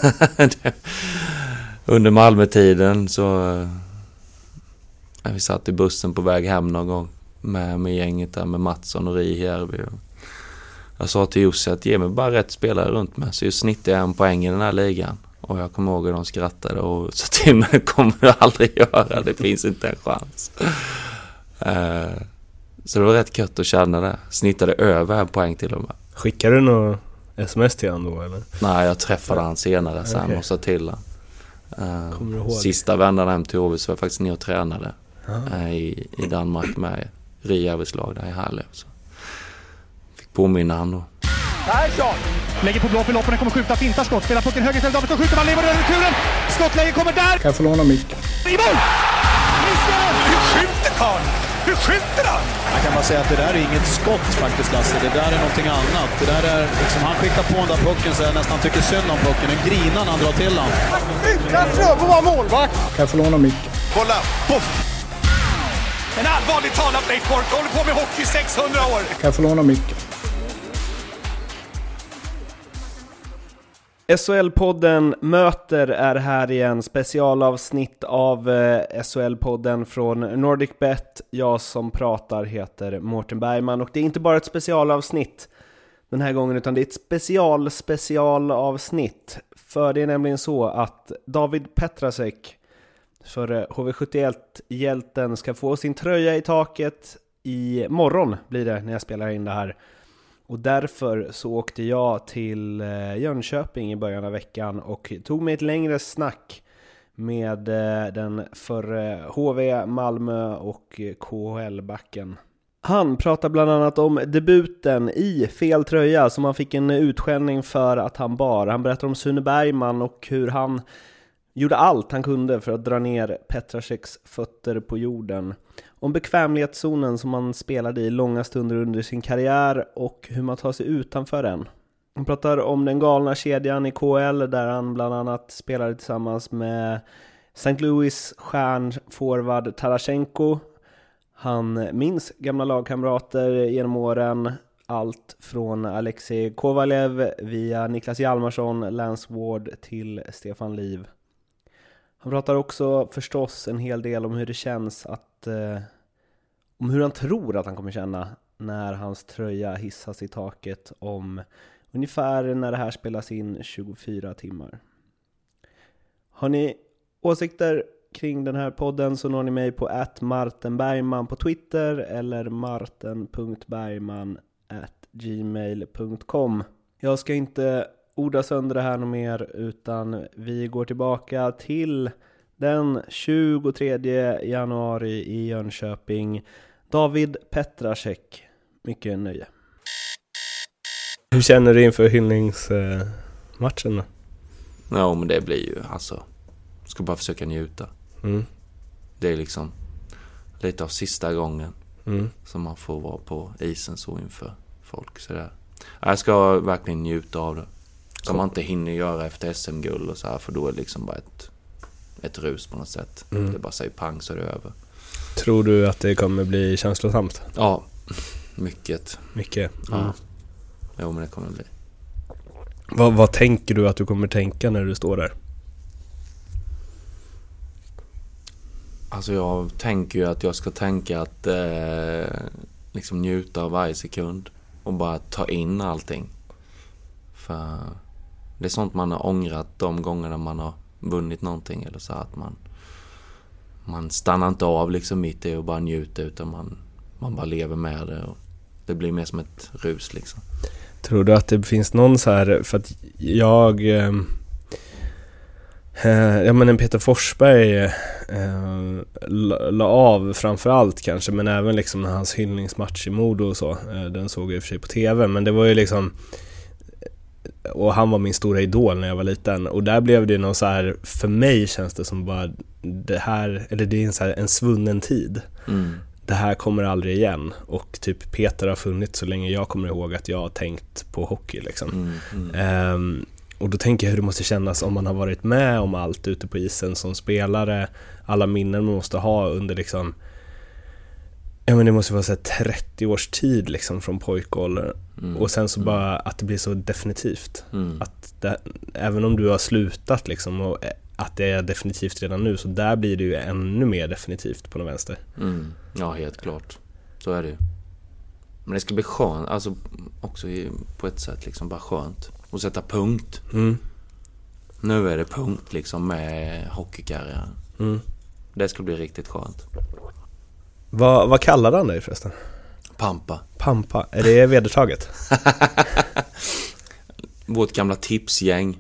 Under Malmö-tiden så vi satt i bussen på väg hem någon gång med gänget där med Mattsson och Rihjärvi. Jag sa till Jussi att ge mig bara rätt spelare runt mig så snittar jag en poäng i den här ligan. Och jag kommer ihåg hur de skrattade och sa till mig, det kommer du aldrig göra, det finns inte en chans. Så det var rätt kött att känna det. Snittade över en poäng till och med. Skickade du något sms till han då eller? Nej, jag träffade han senare sen och sa till han. Sista vändan hem till Åby så var jag faktiskt ner och tränade i Danmark med Rihjärvis lag där i Halle. Så fick påminna han då. Persson lägger på blå för loppen, kommer skjuta, fintar skott, spelar pucken höger istället, Davidsson skjuter, man lever över returen, skottläge kommer där. Kan jag få låna micken? I mål! Hur skjuter Karl? Hur skjuter han? Jag kan bara säga att det där är inget skott faktiskt, Lasse. Det där är någonting annat. Det där är liksom, han skickar på den där pucken så jag nästan tycker synd om pucken. En grinan han drar till han. Utan Fröbo var målvakt. Kan jag få låna micken? Kolla, poff! En allvarligt talat Leif Boork håller på med hockey 600 år. Kan jag få låna micken? SHL-podden Möter är här igen, specialavsnitt av SHL-podden från NordicBet. Jag som pratar heter Mårten Bergman och det är inte bara ett specialavsnitt den här gången utan det är ett specialavsnitt. För det är nämligen så att David Petrasek för HV71-hjälten ska få sin tröja i taket i morgon blir det när jag spelar in det här. Och därför så åkte jag till Jönköping i början av veckan och tog mig ett längre snack med den för HV, Malmö och KHL-backen. Han pratar bland annat om debuten i fel tröja som han fick en utskällning för att han bar. Han berättar om Sune Bergman och hur han gjorde allt han kunde för att dra ner Petraseks fötter på jorden. Om bekvämlighetszonen som man spelade i långa stunder under sin karriär och hur man tar sig utanför den. Han pratar om den galna kedjan i KHL där han bland annat spelade tillsammans med St. Louis stjärnforward Tarashenko. Han minns gamla lagkamrater genom åren. Allt från Alexej Kovalev via Niklas Hjalmarsson, Lance Ward till Stefan Liv. Han pratar också förstås en hel del om hur det känns att om hur han tror att han kommer känna när hans tröja hissas i taket om ungefär när det här spelas in 24 timmar. Har ni åsikter kring den här podden så når ni mig på @martenbergman på Twitter eller marten.bergman@gmail.com. Jag ska inte orda sönder det här något mer utan vi går tillbaka till den 23 januari i Jönköping. David Petrasek, mycket nöje. Hur känner du inför hyllningsmatchen då? Ja, men det blir ju ska bara försöka njuta. Det är liksom lite av sista gången som man får vara på isen så inför folk så där. Jag ska verkligen njuta av det. Som man inte hinner göra efter SM-guld och så här, för då är det liksom bara ett rus på något sätt. Det bara säger pang så är det över. Tror du att det kommer bli känslosamt? Ja, mycket. Ja. Jo, men det kommer bli. Vad tänker du att du kommer tänka när du står där? Alltså jag tänker ju att jag ska tänka att liksom njuta av varje sekund och bara ta in allting. För det är sånt man har ångrat de gångerna man har vunnit någonting eller så, att man stannar inte av liksom mitt i och bara njuter, utan man bara lever med det och det blir mer som ett rus liksom. Tror du att det finns någon så här, för att en Peter Forsberg la av framförallt kanske, men även liksom hans hyllningsmatch i Modo och så, den såg jag i och för sig på tv, men det var ju liksom, och han var min stora idol när jag var liten, och där blev det någon så här, för mig känns det som bara det här, eller det är en, så här, en svunnen tid. Det här kommer aldrig igen, och typ Peter har funnits så länge jag kommer ihåg att jag har tänkt på hockey liksom. Och då tänker jag hur det måste kännas om man har varit med om allt ute på isen som spelare, alla minnen man måste ha under liksom Ja, men det måste vara så här 30 års tid liksom från pojkåldern. Och sen så bara att det blir så definitivt. Att även om du har slutat liksom, och att det är definitivt redan nu, så där blir det ju ännu mer definitivt på den vänster. Ja, helt klart. Så är det ju. Men det ska bli skönt, alltså också på ett sätt liksom bara skönt att sätta punkt. Nu är det punkt liksom med hockeykarriären. Det ska bli riktigt skönt. Vad kallar han dig förresten? Pampa. Är det vedertaget? Vårt gamla tipsgäng.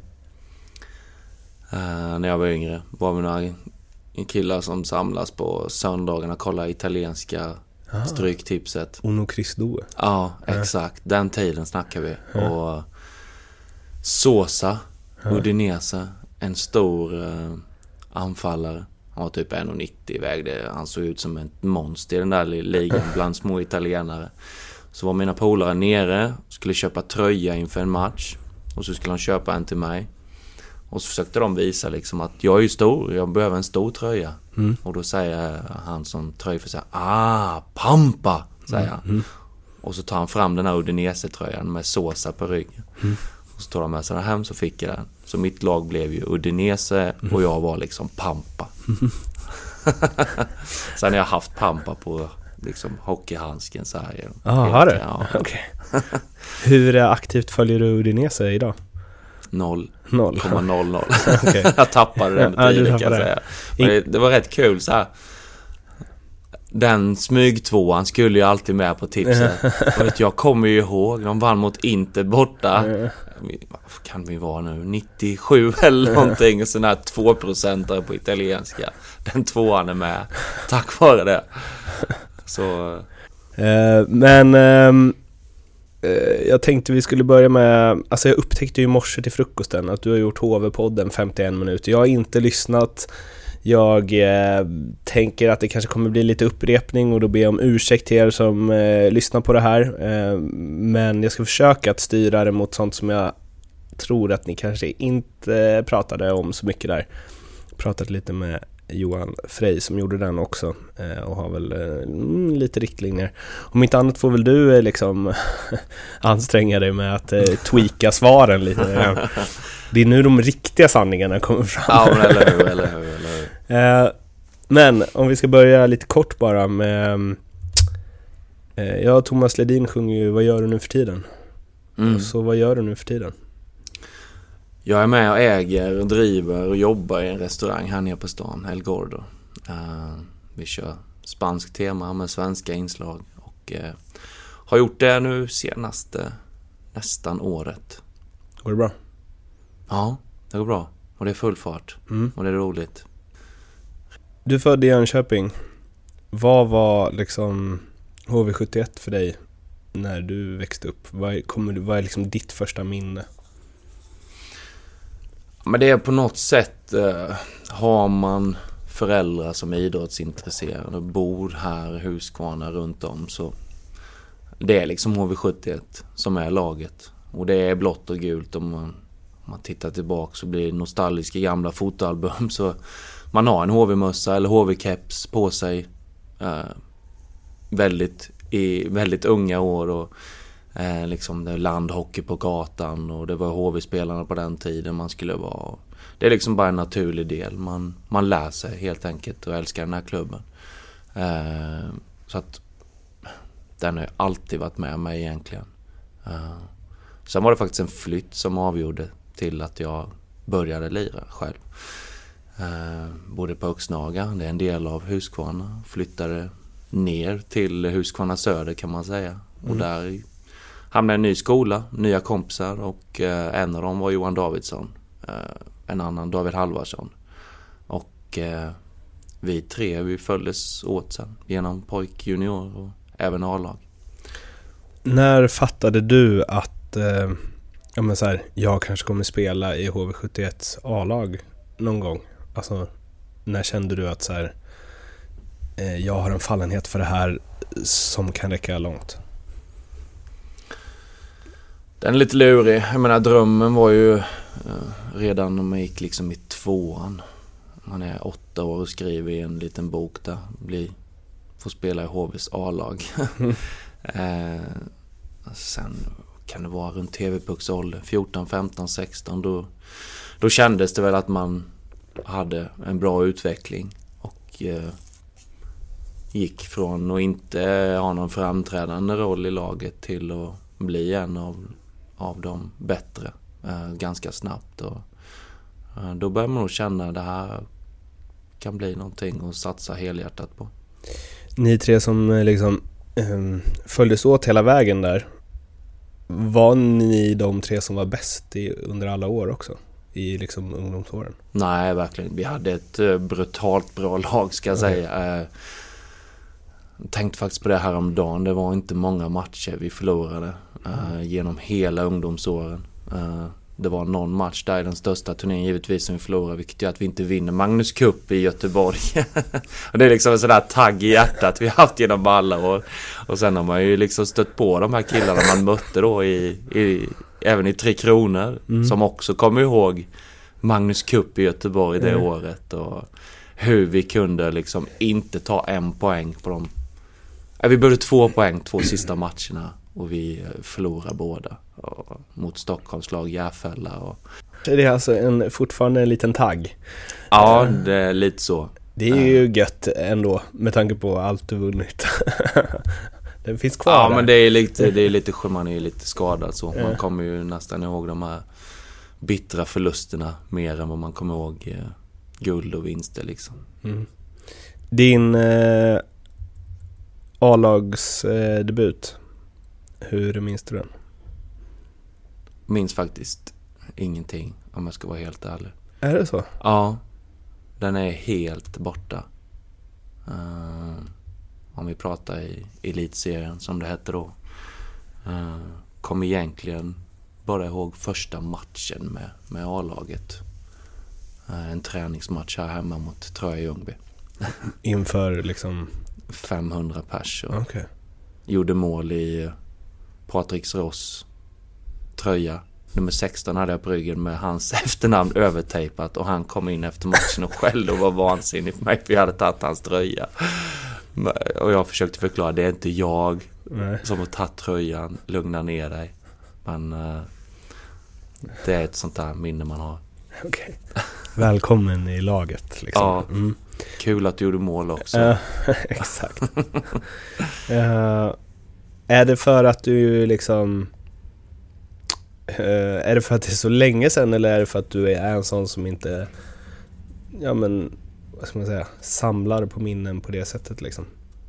När jag var yngre var vi några killar som samlas på söndagarna och kollar italienska stryktipset. Uno Cristo. Ja, exakt. Den tiden snackar vi. Och Sosa, Udinese, en stor anfallare. Han var typ 1,90 vägde. Han såg ut som ett monster i den där ligan bland små italienare. Så var mina polare nere, skulle köpa tröja inför en match. Och så skulle de köpa en till mig. Och så försökte de visa liksom att jag är ju stor, jag behöver en stor tröja. Och då säger han som tröjförsäljare, Pampa, säger han. Och så tar han fram den här Udinese-tröjan med Sosa på ryggen. Och så tar han med sig den hem, så fick jag den. Så mitt lag blev ju Udinese och jag var liksom Pampa. Sen har jag haft Pampa på liksom hockeyhandsken så här. Har du? Ja. Okay. Hur aktivt följer du Udinese idag? 0,00. Okay. Jag tappade den tiden, kan jag säga. Men det var rätt kul så här. Den smygtvåan skulle ju alltid med på tipset. Och jag kommer ju ihåg, de vann mot Inter borta. Vad kan vi vara nu? 97 eller någonting. Och sån här 2% på italienska. Den tvåan är med. Tack vare det. Så... jag tänkte vi skulle börja med, alltså jag upptäckte ju i morse till frukosten att du har gjort HV-podden 51 minuter. Jag har inte lyssnat. Jag tänker att det kanske kommer bli lite upprepning och då ber jag om ursäkt till er som lyssnar på det här. Men jag ska försöka att styra det mot sånt som jag tror att ni kanske inte pratade om så mycket där. Pratat lite med Johan Frey som gjorde den också och har väl lite riktlinjer. Om inte annat får väl du liksom anstränga dig med att tweaka svaren lite. Det är nu de riktiga sanningarna kommer fram. Ja, men eller hur. Men om vi ska börja lite kort bara med Thomas Ledin sjunger ju Vad gör du nu för tiden? Så vad gör du nu för tiden? Jag är med och äger och driver och jobbar i en restaurang här nere på stan, El Gordo. Vi kör spansk tema med svenska inslag och har gjort det nu senaste nästan året. Går det bra? Ja, det går bra. Och det är full fart. Och det är roligt. Du födde i Jönköping. Vad var liksom HV71 för dig när du växte upp? Vad är liksom ditt första minne? Men det är på något sätt har man föräldrar som är idrottsintresserade och bor här i Huskvarna runt om, så det är liksom HV71 som är laget. Och det är blått och gult. Om man tittar tillbaka så blir det nostalgiska gamla fotoalbum, så man har en HV-mössa eller HV-keps på sig i väldigt unga år och liksom det är landhockey på gatan och det var HV-spelarna på den tiden man skulle vara. Det är liksom bara en naturlig del. Man lär sig helt enkelt och älskar den här klubben. Så att den har alltid varit med mig egentligen. Sen var det faktiskt en flytt som avgjorde till att jag började lira själv. Bodde på Öxnaga, det är en del av Huskvarna. Flyttade ner till Huskvarna söder kan man säga. Och där hamnade en ny skola, nya kompisar och en av dem var Johan Davidsson. En annan David Halvarsson. Och vi följdes åt sen genom pojk, junior och även A-lag. När fattade du att jag kanske kommer spela i HV71 A-lag någon gång? Alltså, när kände du att jag har en fallenhet för det här som kan räcka långt? Den är lite lurig. Jag menar, drömmen var ju redan när man gick liksom i 2:an. Man är 8 år och skriver i en liten bok där. Blir få spela i HVs A-lag. Sen kan det vara runt TV-pucksålder, 14, 15, 16. Då kändes det väl att man hade en bra utveckling och gick från att inte ha någon framträdande roll i laget till att bli en av de bättre ganska snabbt. Och då börjar man nog känna att det här kan bli någonting att satsa helhjärtat på. Ni tre som liksom följdes åt hela vägen där, var ni de tre som var bäst under alla år också? I liksom ungdomsåren? Nej, verkligen. Vi hade ett brutalt bra lag, ska jag säga. Jag tänkte faktiskt på det här om dagen. Det var inte många matcher vi förlorade genom hela ungdomsåren. Det var någon match där i den största turneringen givetvis som vi förlorade, vilket gör att vi inte vinner Magnus Cup i Göteborg. Och det är liksom en sån där tagg i hjärtat vi har haft genom alla år. Och sen har man ju liksom stött på de här killarna man mötte då även i 3 Kronor, som också kommer ihåg Magnus Cup i Göteborg det året, och hur vi kunde liksom inte ta 1 poäng på dem. Vi behövde 2 poäng 2 sista matcherna och vi förlorade båda mot Stockholms lag Järfälla. Det är alltså fortfarande en liten tagg. Ja, det är lite så. Det är ju gött ändå med tanke på allt du vunnit. Den finns kvar. Ja, där. men det är lite man är lite skadad så. Man kommer ju nästan ihåg de här bittra förlusterna mer än vad man kommer ihåg guld och vinster liksom. Din A-lags debut, hur minns du den? Minns faktiskt ingenting, om jag ska vara helt ärlig. Är det så? Ja, den är helt borta. Om vi pratar i elitserien som det hette då. Kom egentligen bara ihåg första matchen med A-laget. En träningsmatch här hemma mot Tröja Ljungby. Inför liksom 500 pers. Okay. Gjorde mål i Patriks Ross tröja. Nummer 16 hade jag på ryggen med hans efternamn övertejpat, och han kom in efter matchen och skällde och var vansinnig för mig för jag hade tagit hans tröja. Och jag försökte förklara, det är inte jag som har tagit tröjan, lugna ner dig. Men det är ett sånt där minne man har. Okay. Välkommen i laget liksom. Ja, kul att du gjorde mål också. Exakt. Är det för att du liksom är det för att det är så länge sedan, eller är det för att du är en sån som inte, ja men vad ska man säga, samlar på minnen på det sättet liksom?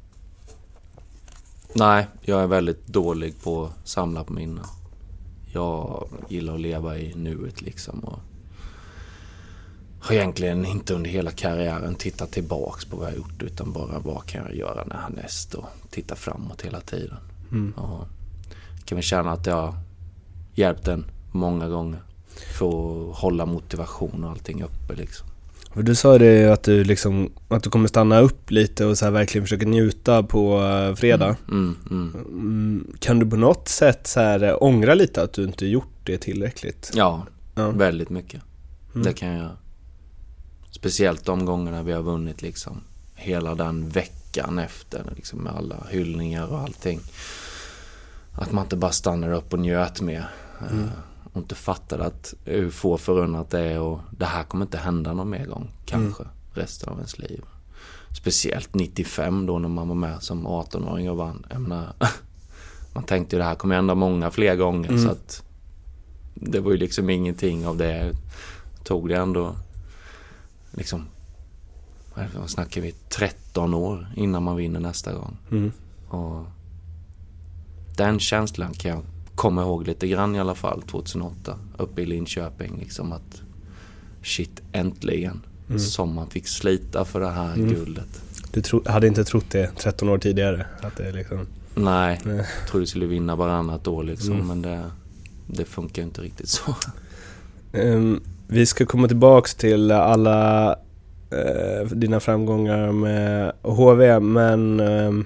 Nej, jag är väldigt dålig på att samla på minnen. Jag gillar att leva i nuet liksom, och har egentligen inte under hela karriären tittat tillbaks på vad jag gjort, utan bara vad kan jag göra härnäst och titta framåt hela tiden. Och kan vi känna att jag hjälpt den många gånger för att hålla motivation och allting uppe liksom. Du sa det att du liksom, att du kommer stanna upp lite och så här verkligen försöka njuta på fredag. Kan du på något sätt så här ångra lite att du inte gjort det tillräckligt? Ja. Väldigt mycket. Det kan jag. Speciellt de gångerna vi har vunnit liksom hela den veckan efter liksom, med alla hyllningar och allting. Att man inte bara stannar upp och njöt med. Och inte fattar att hur få förunnat det är, och det här kommer inte hända någon mer gång kanske resten av ens liv. Speciellt 95 då när man var med som 18-åring och vann. Man tänkte ju det här kommer hända många fler gånger, så att det var ju liksom ingenting av det. Tog det ändå liksom, vad snackar vi, 13 år innan man vinner nästa gång. Och den känslan kan jag komma ihåg lite grann i alla fall 2008 uppe i Linköping liksom, att shit, äntligen som man fick slita för det här guldet. Du hade inte trott det 13 år tidigare att det liksom... Nej, jag trodde du skulle vinna varannat år liksom, men det funkar inte riktigt så. Vi ska komma tillbaks till alla dina framgångar med HV, men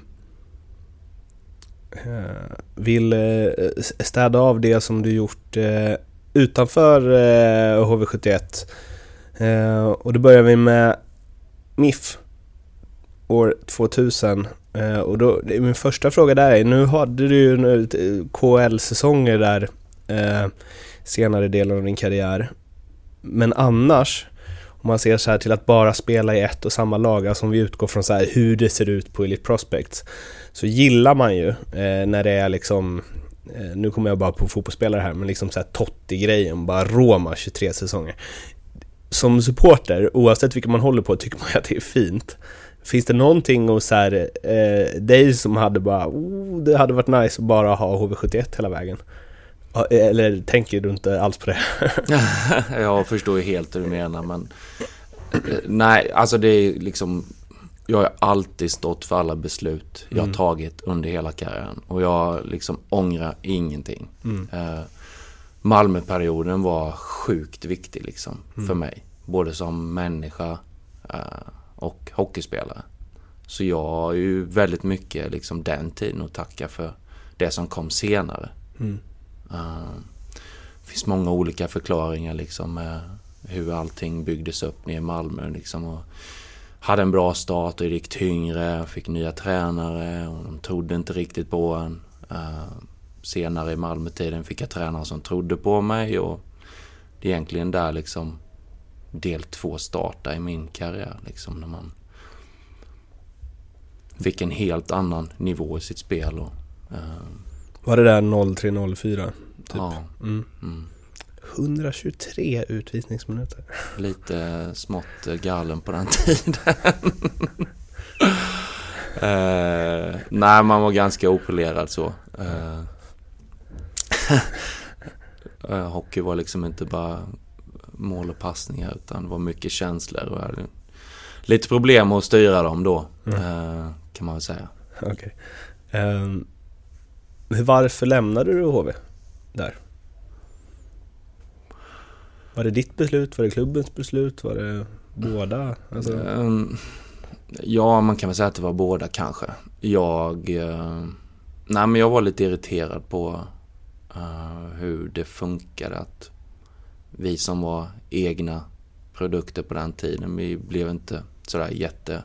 vill städa av det som du gjort utanför HV71. Och då börjar vi med MIF år 2000. Och då, min första fråga där är, nu hade du ju KL-säsonger där senare delen av din karriär. Men annars, om man ser så här till att bara spela i ett och samma lag, alltså om vi utgår från så här hur det ser ut på Elite Prospects, så gillar man ju när det är liksom, nu kommer jag bara på fotbollsspelare här, men liksom så här Totti-grejen, bara Roma 23 säsonger. Som supporter, oavsett vilka man håller på, tycker man att det är fint. Finns det någonting hos så här, dig som hade bara, det hade varit nice att bara ha HV71 hela vägen? Eller tänker du inte alls på det? Jag förstår ju helt hur du menar, men nej, alltså det är liksom, jag har alltid stått för alla beslut jag har tagit under hela karriären, och jag liksom ångrar ingenting. Malmöperioden var sjukt viktig liksom för mig, både som människa och hockeyspelare. Så jag har ju väldigt mycket liksom den tiden att tacka för det som kom senare. Det finns många olika förklaringar liksom hur allting byggdes upp ner i Malmö liksom, och hade en bra start och det gick tyngre, fick nya tränare och de trodde inte riktigt på en. Senare i Malmö-tiden fick jag tränare som trodde på mig, och det är egentligen där liksom del 2 starta i min karriär liksom, när man fick en helt annan nivå i sitt spel. Och, var det där 03-04 typ? Ja. 123 utvisningsminuter. Lite smått galen på den tiden. Nej, man var ganska opolerad så. Hockey var liksom inte bara mål och passningar, utan det var mycket känslor, och hade lite problem att styra dem då, kan man väl säga. Okej. Varför lämnade du HV där? Var det ditt beslut? Var det klubbens beslut? Var det båda? Alltså... Ja, man kan väl säga att det var båda kanske. Jag var lite irriterad på hur det funkade, att vi som var egna produkter på den tiden, vi blev inte sådär jätte...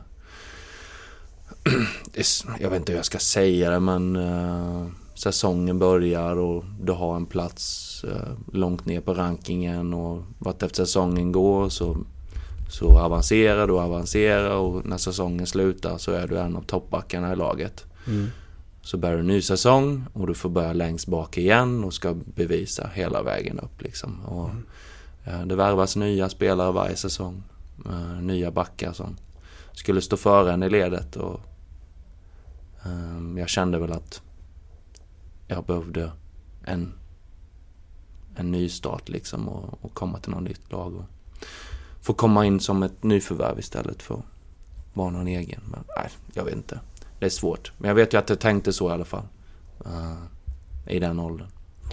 Jag vet inte hur jag ska säga det, men säsongen börjar och du har en plats långt ner på rankingen, och vart efter säsongen går så avancerar och när säsongen slutar så är du en av toppbackarna i laget. Så börjar du en ny säsong och du får börja längst bak igen och ska bevisa hela vägen upp liksom. Och det värvas nya spelare varje säsong, nya backar som skulle stå före en i ledet, och jag kände väl att jag behövde en ny start liksom, och komma till något nytt lag och få komma in som ett nyförvärv istället för att vara någon egen. Men nej, jag vet inte. Det är svårt. Men jag vet ju att jag tänkte så i alla fall. I den åldern.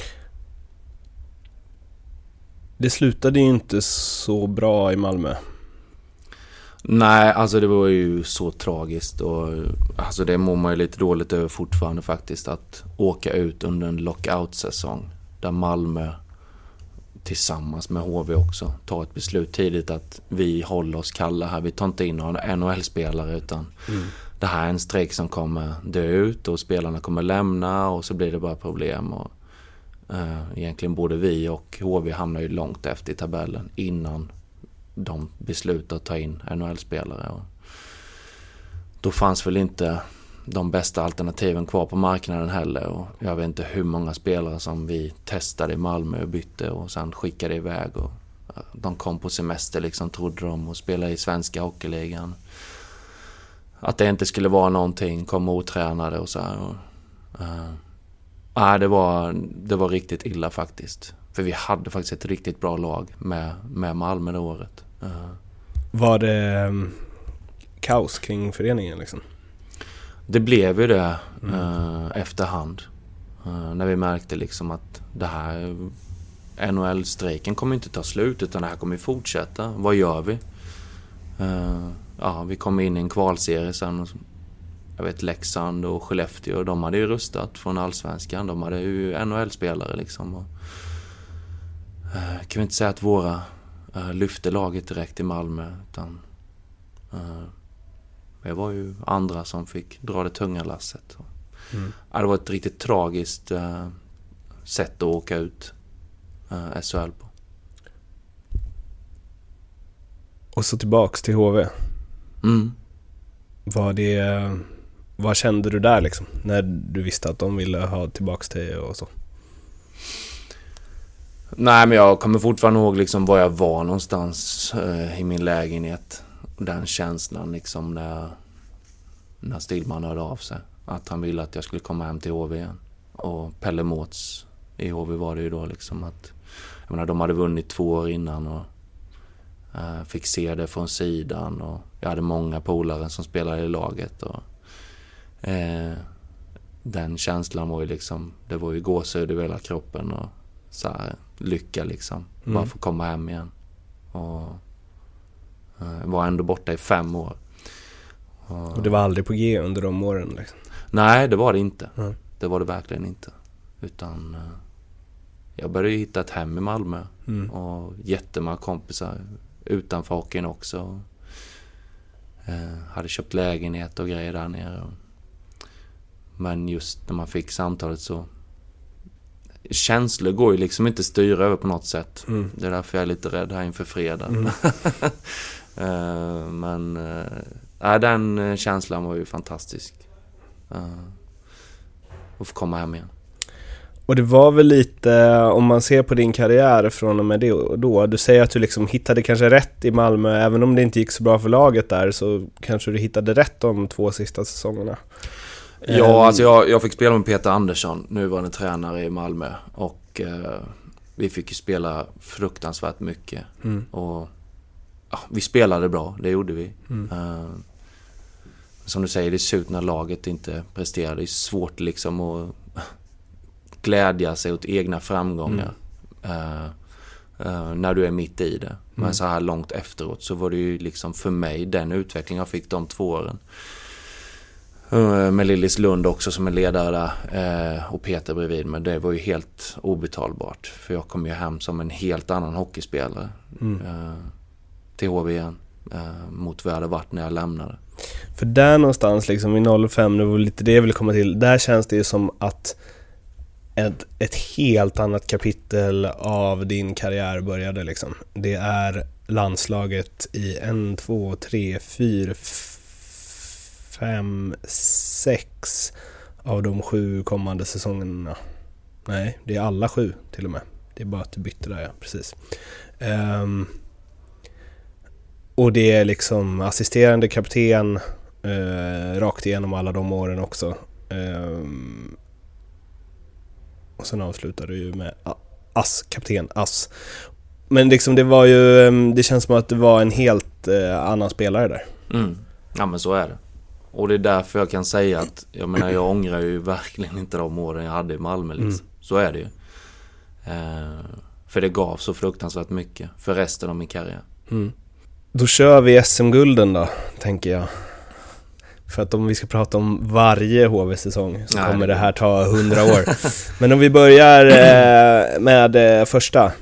Det slutade ju inte så bra i Malmö. Nej, alltså det var ju så tragiskt, och alltså det mår man ju lite dåligt över fortfarande faktiskt, att åka ut under en lockout-säsong där Malmö tillsammans med HV också tar ett beslut tidigt att vi håller oss kalla här, vi tar inte in några NHL-spelare, utan det här är en strejk som kommer dö ut och spelarna kommer lämna, och så blir det bara problem, och egentligen både vi och HV hamnar ju långt efter i tabellen innan de beslutar att ta in NHL-spelare, och då fanns väl inte de bästa alternativen kvar på marknaden heller, och jag vet inte hur många spelare som vi testade i Malmö och bytte och sen skickade iväg, och de kom på semester liksom, trodde de, och spelade i svenska hockeyligan, att det inte skulle vara någonting, kom otränade och så här, och det var riktigt illa faktiskt, för vi hade faktiskt ett riktigt bra lag med Malmö det året. Var det kaos kring föreningen liksom? Det blev ju det efterhand, när vi märkte liksom att det här NHL-strejken kommer inte ta slut, utan det här kommer fortsätta. Vad gör vi? Vi kom in i en kvalserie sen, jag vet Leksand och Skellefteå, de hade ju rustat från Allsvenskan, de hade ju NHL-spelare liksom, och kan vi inte säga att våra lyfte laget direkt i Malmö, utan det var ju andra som fick dra det tunga lasset. Det var ett riktigt tragiskt sätt att åka ut SHL på. Och så tillbaks till HV. Vad kände du där liksom, när du visste att de ville ha tillbaks dig och så? Nej, men jag kommer fortfarande ihåg liksom var jag var någonstans i min lägenhet. Den känslan liksom när Stillman hörde av sig. Att han ville att jag skulle komma hem till HV igen. Och Pelle Mårts i HV var det ju då liksom att... Jag menar, de hade vunnit 2 år innan och fick se det från sidan. Och jag hade många polare som spelade i laget. Och den känslan var ju liksom... Det var ju gåshud i hela kroppen och så här, lycka liksom. Bara få komma hem igen. Och var ändå borta i 5 år. Och det var aldrig på G under de åren liksom? Nej, det var det inte. Det var det verkligen inte. Utan jag började hitta ett hem i Malmö. Och jättemånga kompisar utanför hockeyn också. Hade köpt lägenhet och grejer där nere. Men just när man fick samtalet så... Känslor går ju liksom inte styra över på något sätt. Det är därför jag är lite rädd här inför fredag. Men den känslan var ju fantastisk. Att få komma hem igen. Och det var väl lite, om man ser på din karriär från och med det då, du säger att du liksom hittade kanske rätt i Malmö, även om det inte gick så bra för laget där, så kanske du hittade rätt de 2 sista säsongerna. Ja, alltså jag fick spela med Peter Andersson, nuvarande tränare i Malmö, och vi fick ju spela fruktansvärt mycket. Och vi spelade bra, det gjorde vi. Som du säger, det är surt när laget inte presterar. Det är svårt liksom att glädja sig åt egna framgångar när du är mitt i det. Men så här långt efteråt så var det ju liksom för mig den utveckling jag fick de 2 åren. Med Lillis Lund också som är ledare där, och Peter bredvid. Men det var ju helt obetalbart. För jag kom ju hem som en helt annan hockeyspelare till HV igen. Mot vad jag hade varit när jag lämnade. För där någonstans liksom i 05, det var lite det jag ville komma till. Där känns det ju som att ett helt annat kapitel av din karriär började liksom. Det är landslaget i 1, 2, 3, 4, 5, 6 av de 7 kommande säsongerna. Nej, det är alla 7 till och med. Det är bara att du bytte där, ja, precis. Och det är liksom assisterande kapten rakt igenom alla de åren också. Och sen avslutar du ju med kapten Ass. Men liksom det var ju, det känns som att det var en helt annan spelare där. Ja, men så är det. Och det är därför jag kan säga att jag ångrar ju verkligen inte de åren jag hade i Malmö liksom. Så är det ju. För det gav så fruktansvärt mycket för resten av min karriär. Då kör vi SM-gulden då, tänker jag. För att om vi ska prata om varje HV-säsong så kommer det här ta 100 år. Men om vi börjar med första,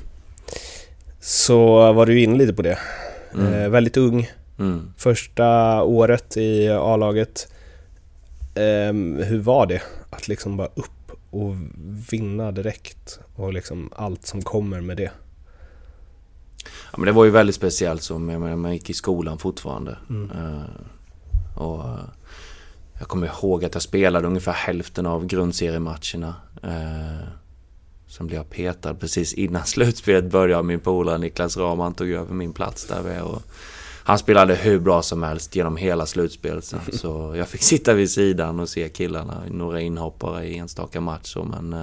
så var du inne lite på det. Väldigt ung. Första året i A-laget. Hur var det att liksom bara upp och vinna direkt och liksom allt som kommer med det? Ja, men det var ju väldigt speciellt, som man gick i skolan fortfarande. Och jag kommer ihåg att jag spelade ungefär hälften av grundseriematcherna. Sen blev jag petad precis innan slutspelet började. Min polare Niklas Raman tog över min plats där. Och han spelade hur bra som helst genom hela slutspelet sen. Så jag fick sitta vid sidan och se killarna, några inhoppare i enstaka matcher.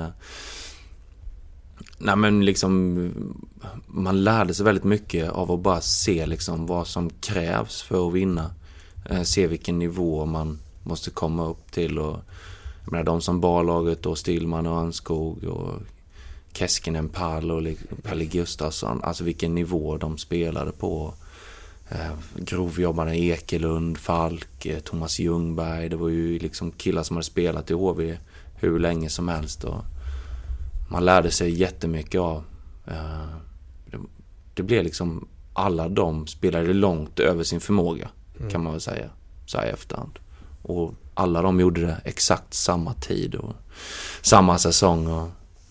Men liksom, man lärde sig väldigt mycket av att bara se liksom vad som krävs för att vinna. Se vilken nivå man måste komma upp till. Och jag menar, de som barlaget och Stillman och Anskog och Keskinen, Pall och Pelle Gustafsson, alltså vilken nivå de spelade på. Grovjobbarna Ekelund, Falk, Thomas Ljungberg, det var ju liksom killar som hade spelat i HV hur länge som helst, och man lärde sig jättemycket av. Det blev liksom, alla de spelade långt över sin förmåga, kan man väl säga. så här i efterhand. Och alla de gjorde det exakt samma tid och samma säsong. Och,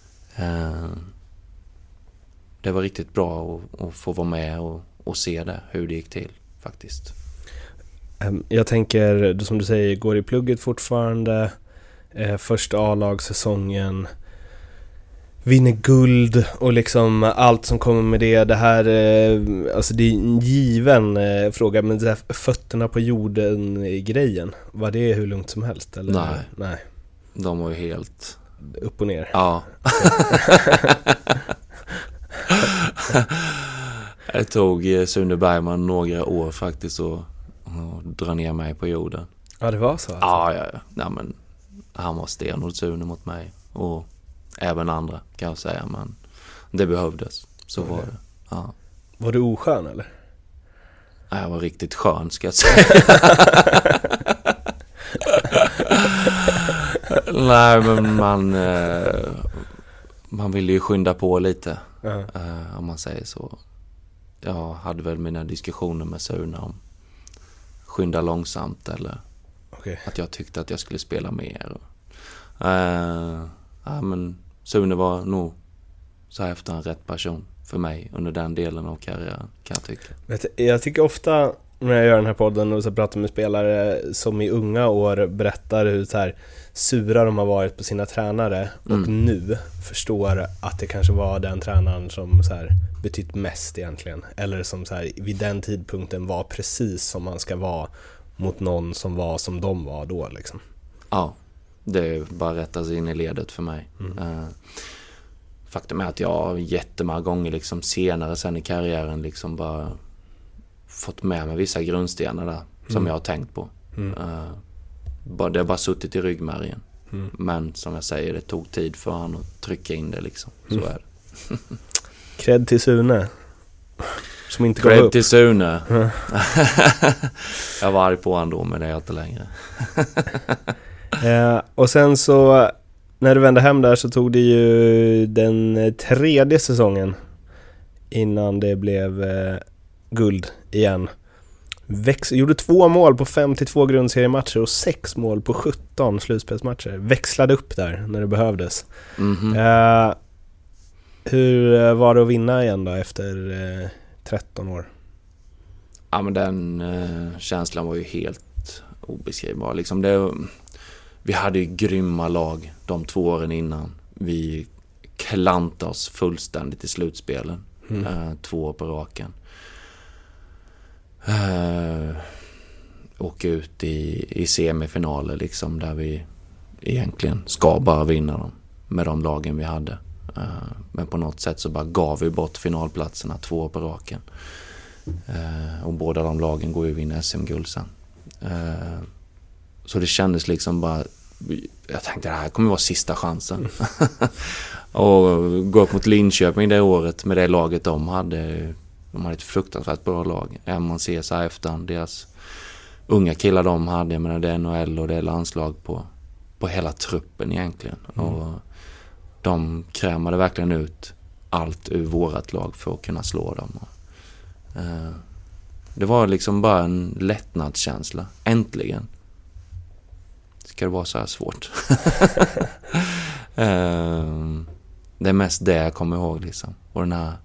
det var riktigt bra att få vara med och se det, hur det gick till faktiskt. Jag tänker, som du säger, går i plugget fortfarande, första A-lagssäsongen, vinner guld och liksom allt som kommer med det. Det här, alltså det är en given fråga, men det här fötterna på jorden i grejen, var det hur lugnt som helst? Eller? Nej. De var ju helt upp och ner. Ja. Det tog Sune Bergman några år faktiskt att dra ner mig på jorden. Ja, det var så alltså. Ja. Nej, men han var stenhård, Sune, mot mig. Och även andra, kan jag säga. Men det behövdes. Så var det. Ja. Var du oskön eller? Ja, jag var riktigt skön, ska jag säga. Nej, men man ville ju skynda på lite. Om man säger så. Jag hade väl mina diskussioner med Sune om skynda långsamt eller att jag tyckte att jag skulle spela mer. Men Sune var nog så här efter en rätt person för mig under den delen av karriären, kan jag tycka. Jag tycker ofta när jag gör den här podden och så pratar med spelare som i unga år berättar hur så här sura de har varit på sina tränare och nu förstår att det kanske var den tränaren som så här betytt mest egentligen, eller som så här vid den tidpunkten var precis som man ska vara mot någon som var som de var då liksom. Ja, det bara rättas in i ledet för mig. Faktum är att jag jättemånga gånger liksom senare sen i karriären liksom bara fått med mig vissa grundstenar där som jag har tänkt på. Det har bara suttit i ryggmärgen. Men som jag säger, det tog tid för han att trycka in det liksom. Så är det. Cred till Sune. Som inte gav upp. Cred till Sune. Jag var arg på han då, men det är jag inte längre. Och sen så när du vände hem där så tog det ju den 3:e säsongen innan det blev guld igen. Gjorde 2 mål på 52 grundseriematcher och 6 mål på 17 slutspelsmatcher. Växlade upp där när det behövdes. Hur var det att vinna igen då efter 13 år? Ja, men den känslan var ju helt obeskrivbar. Liksom vi hade ju grymma lag de 2 åren innan. Vi klantade oss fullständigt i slutspelen. 2 år på raken. Och ut i semifinaler liksom, där vi egentligen ska bara vinna dem med de lagen vi hade. Men på något sätt så bara gav vi bort finalplatserna 2 år på raken. Och båda de lagen går ju att vinna SM-guld sen. Så det kändes liksom bara, jag tänkte det här kommer vara sista chansen. Och gå upp mot Linköping det året med det laget de hade. De hade ett fruktansvärt bra lag. Även man ser så här efter deras unga killar de hade. Jag menar, det är NHL och det är landslag på hela truppen egentligen. Och de krämade verkligen ut allt ur vårat lag för att kunna slå dem. Det var liksom bara en lättnadskänsla. Äntligen. Ska det vara så här svårt? Det är mest det jag kommer ihåg liksom. Och den här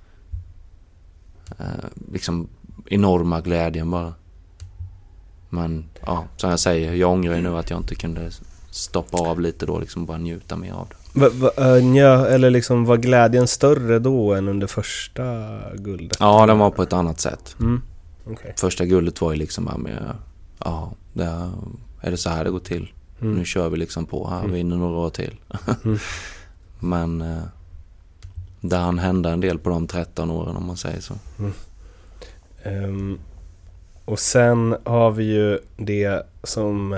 liksom enorma glädjen bara. Men ja, som jag säger, jag ångrar ju nu att jag inte kunde stoppa av lite då, liksom bara njuta mer av det. Eller liksom var glädjen större då än under första guldet? Ja, den var på ett annat sätt. Okay. Första guldet var ju liksom bara med, är det så här det går till? Nu kör vi liksom på här, vinner några år till. Men där han hände en del på de 13 åren, om man säger så. Och sen har vi ju det som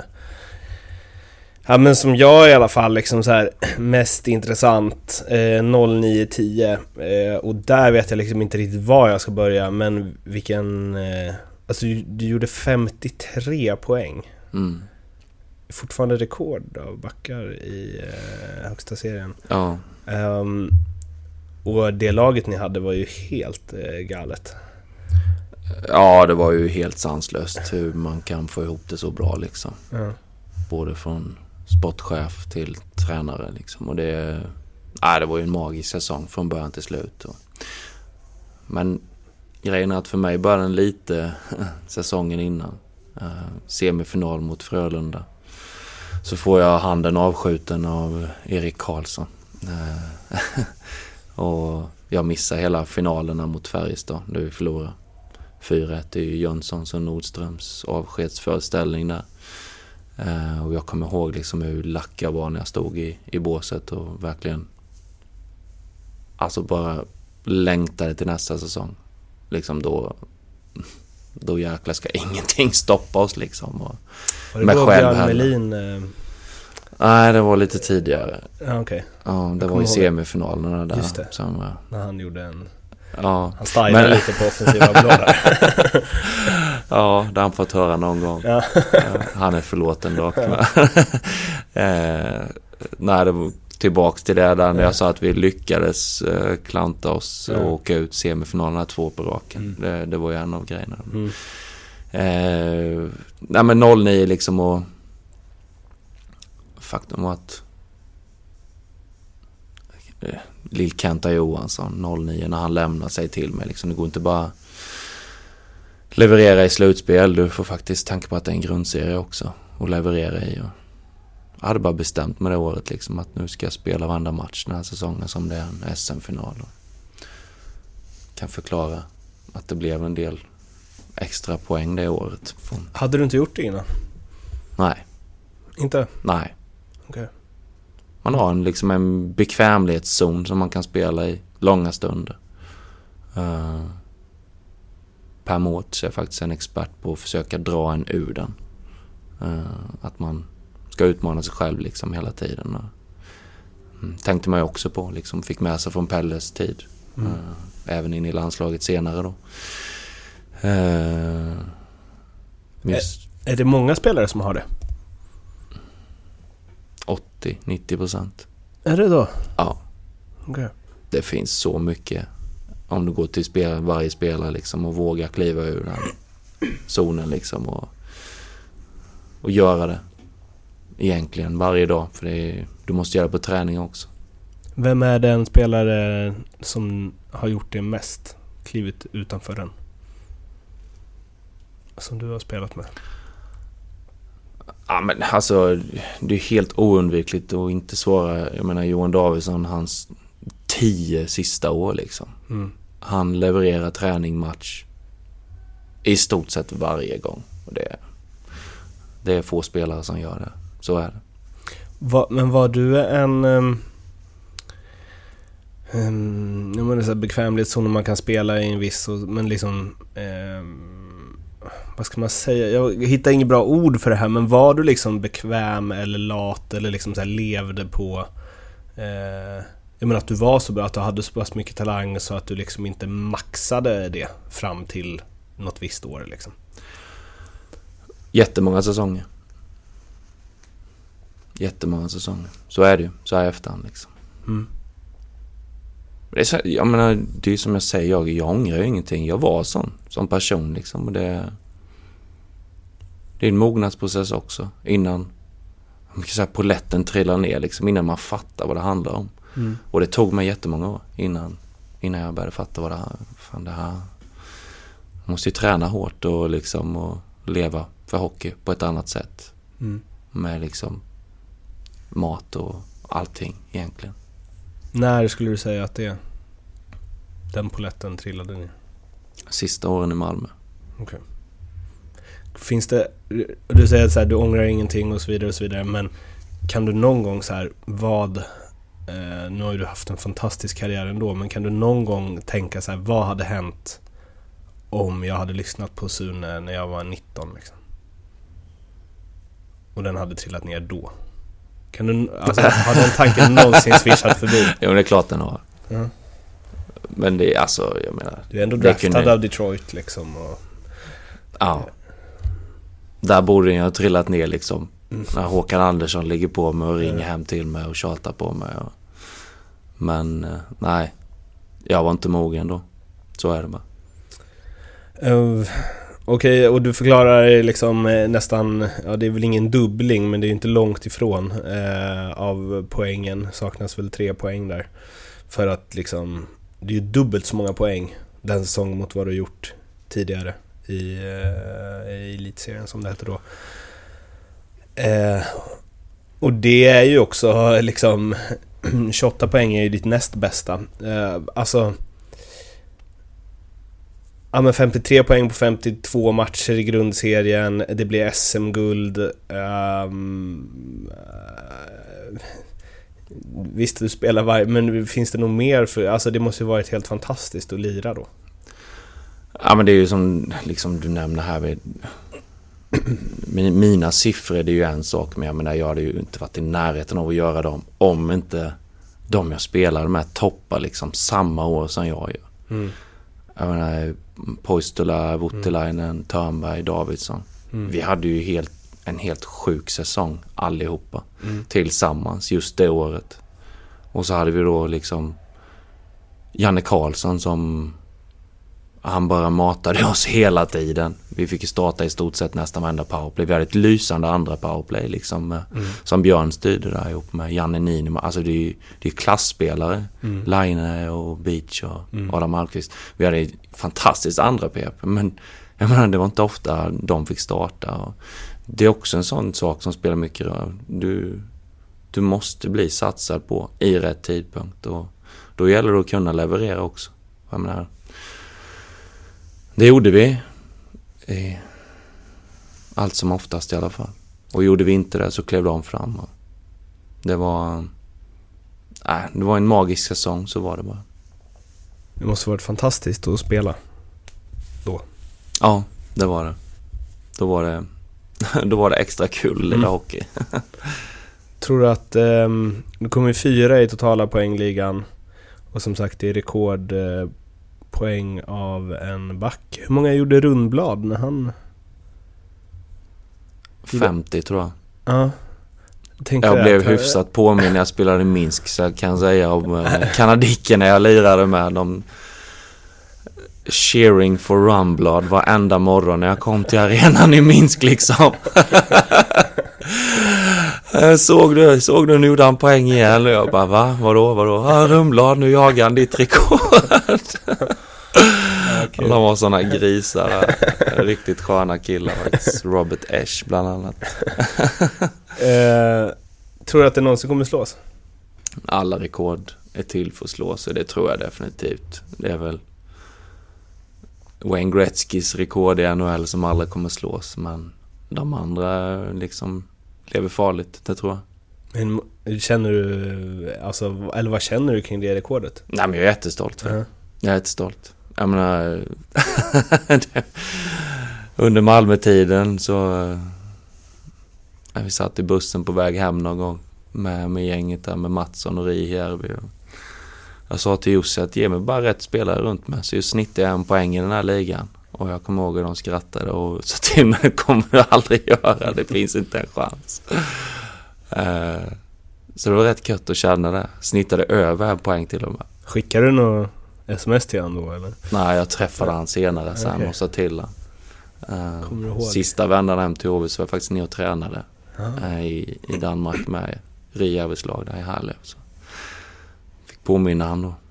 som jag i alla fall liksom så här mest intressant, 09-10, och där vet jag liksom inte riktigt var jag ska börja, men vilken alltså du gjorde 53 poäng. Fortfarande rekord av backar i högsta serien. Ja. Och det laget ni hade var ju helt galet. Ja, det var ju helt sanslöst hur man kan få ihop det så bra liksom. Ja. Både från sportchef till tränare liksom. Och det var ju en magisk säsong från början till slut. Men grejen är att för mig började den lite säsongen innan. Semifinal mot Frölunda. Så får jag handen avskjuten av Erik Karlsson. Och jag missar hela finalerna mot Färjestad. Där vi förlorar 4-1. Det är ju Jönssons och Nordströms avskedsföreställning där. Och jag kommer ihåg liksom hur lack jag var när jag stod i båset och verkligen alltså bara längtade till nästa säsong. Liksom då jäkla ska ingenting stoppa oss liksom. Och var det då Björn Melin? Nej, det var lite tidigare. Ja, okej. Ja, det var i semifinalerna där. Just det. Som, när han gjorde en... Ja. Han stylade lite på offensiva blådar. Ja, det har han fått höra någon gång. Ja. Han är förlåten dock. Nej, det var tillbaks till det där när jag sa att vi lyckades klanta oss och åka ut semifinalerna 2 på raken. Det var ju en av grejerna. Nej, men 0-9 liksom, och faktum var att Lill-Kenta Johansson 0-9 när han lämnar sig till mig liksom, det går inte bara leverera i slutspel, du får faktiskt tänka på att det är en grundserie också och leverera i. Och jag hade bara bestämt med det året liksom, att nu ska jag spela varenda match den här säsongen som det är en SM-final. Och kan förklara att det blev en del extra poäng det året. Hade du inte gjort det innan? Nej. Inte? Nej. Okej. Man har liksom en bekvämlighetszon som man kan spela i långa stunder. Per Mårts är faktiskt en expert på att försöka dra en ur den. Att man ska utmana sig själv liksom hela tiden. Tänkte man ju också på, liksom, fick med sig från Pelles tid. Även in i landslaget senare då. Är det många spelare som har det? 80-90%. Är det då? Ja. Okay. Det finns så mycket om du går till varje spelare liksom, och vågar kliva ur den zonen liksom, och göra det egentligen varje dag, för du måste göra det på träning också. Vem är den spelare som har gjort det mest, klivit utanför den, som du har spelat med? Ja, men alltså det är helt oundvikligt att inte svara. Jag menar Johan Davidsson, hans 10 sista år liksom. Han levererar träning, match i stort sett varje gång. Och det är få spelare som gör det. Så är det. Men var du en bekvämlighetszon man kan spela i en viss, men liksom vad ska man säga? Jag hittar inget bra ord för det här, men var du liksom bekväm eller lat eller liksom så här levde på jag menar att du var så bra, att du hade så pass mycket talang så att du liksom inte maxade det fram till något visst år liksom? Jättemånga säsonger. Så är det ju, så här i efterhand liksom. Jag menar, det är som jag säger, jag ångrar ju ingenting. Jag var som person liksom, och det är en mognadsprocess också innan poletten trillar ner liksom, innan man fattar vad det handlar om. Och det tog mig jättemånga år innan jag började fatta vad det här man måste ju träna hårt och liksom och leva för hockey på ett annat sätt med liksom mat och allting egentligen. När skulle du säga att den poletten trillade ner? Sista åren i Malmö. Okej. Finns det, du säger att så här, du ångrar ingenting och så vidare, men kan du någon gång så här, nu har ju du haft en fantastisk karriär ändå, men kan du någon gång tänka så här, vad hade hänt om jag hade lyssnat på Sune när jag var 19 liksom? Och den hade trillat ner då. Kan du, alltså, har den tanken någonsin swishat förbi? Jo, det är klart den har. Men det är alltså, jag menar, du är ändå draftad av Detroit liksom, och ja. Där borde den ha trillat ner liksom. När Håkan Andersson ligger på mig och ringer hem till mig och tjatar på mig. Men nej, jag var inte mogen då. Så är det bara. Okej, och du förklarar liksom nästan, ja det är väl ingen dubbling, men det är ju inte långt ifrån av poängen. Saknas väl 3 poäng där. För att liksom, det är ju dubbelt så många poäng den säsong mot vad du gjort tidigare i elitserien som det heter då. Och det är ju också liksom 28 poäng är ju ditt näst bästa. Alltså ja, men 53 poäng på 52 matcher i grundserien. Det blir SM-guld. Visst, du spelar men finns det nog mer för, alltså det måste ju varit helt fantastiskt att lira då. Ja, men det är ju som liksom du nämner här med mina siffror, det är ju en sak, men jag menar, jag hade ju inte varit i närheten av att göra dem om inte de jag spelade med toppar liksom samma år som jag gör. Jag menar, Poistula, Voutilainen, Törnberg, Davidsson. Vi hade ju en helt sjuk säsong allihopa tillsammans just det året. Och så hade vi då liksom Janne Karlsson som han bara matade oss hela tiden. Vi fick ju starta i stort sett nästan varenda powerplay. Vi hade ett lysande andra powerplay liksom, som Björn styrde där ihop med Janne Niinimaa. Alltså det är klassspelare. Laine och Beach och Adam Alkvist. Vi hade ett fantastiskt andra PP. Men jag menar, det var inte ofta de fick starta. Och det är också en sån sak som spelar mycket roll. Du måste bli satsad på i rätt tidpunkt. Och då gäller det att kunna leverera också. Jag menar, det gjorde vi. Allt som oftast i alla fall. Och gjorde vi inte det så klev de fram. Det var en magisk säsong, så var det bara. Det måste varit fantastiskt att spela då. Ja, det var det. Då var det extra kul lilla hockey. Tror du att du kommer 4 i totala poängligan, och som sagt det är rekordpoäng av en back. Hur många gjorde Rundblad när han 50 tror jag. Ja. Jag blev hyfsat påminn när jag spelade i Minsk, så jag kan säga om kanadiken när jag lirade med dem. Cheering for Rundblad varenda morgon när jag kom till arenan i Minsk liksom. Såg du nu gjorde han poäng igen? Och jag bara, va? Vadå? Rundblad, nu jagar han ditt rekord. Okay. De var såna grisar där. Riktigt sköna killar. Robert Esch bland annat. Tror du att det någonsin kommer slås? Alla rekord är till för att slå, så det tror jag definitivt. Det är väl Wayne Gretzkys rekord i NHL som aldrig kommer slås, men de andra liksom lever farligt, det tror jag. Men känner du, alltså, eller vad känner du kring det rekordet? Nej, men jag är jättestolt för det. Jag är jättestolt. Jag menar, under Malmö-tiden så vi satt i bussen på väg hem någon gång med gänget där, med Mattsson och Rihjärvi. Jag sa till Jussi att ge mig bara rätt spelare runt mig, så just snittar jag en poäng i den här ligan. Och jag kommer ihåg att de skrattade och sa till mig, det kommer du aldrig göra, det finns inte en chans. Så det var rätt kött att känna det. Snittade över en poäng till och med. Skickade du något sms till han då, eller? Nej, jag träffade han senare sen och sa till han. Sista vändan hem till Åby så var jag faktiskt ner och tränade i Danmark med Rihjärvis lag där i Härle. Så fick påminna han då.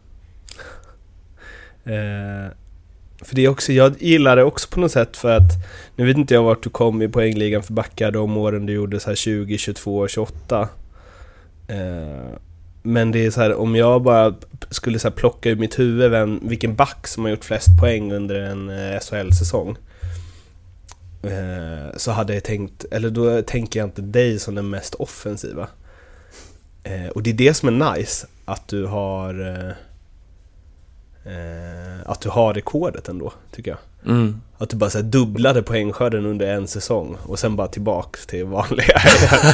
För det är också, jag gillar det också på något sätt, för att nu vet inte jag vart du kom i poängligan för backar de åren du gjorde så här 20, 22, 28. Men det är så här, om jag bara skulle så här plocka ur mitt huvud vilken back som har gjort flest poäng under en SHL-säsong, så hade jag tänkt, eller då tänker jag inte dig som den mest offensiva. Och det är det som är nice, att du har rekordet ändå, tycker jag. Att du bara så här dubblade poängskörden under en säsong och sen bara tillbaka till vanliga.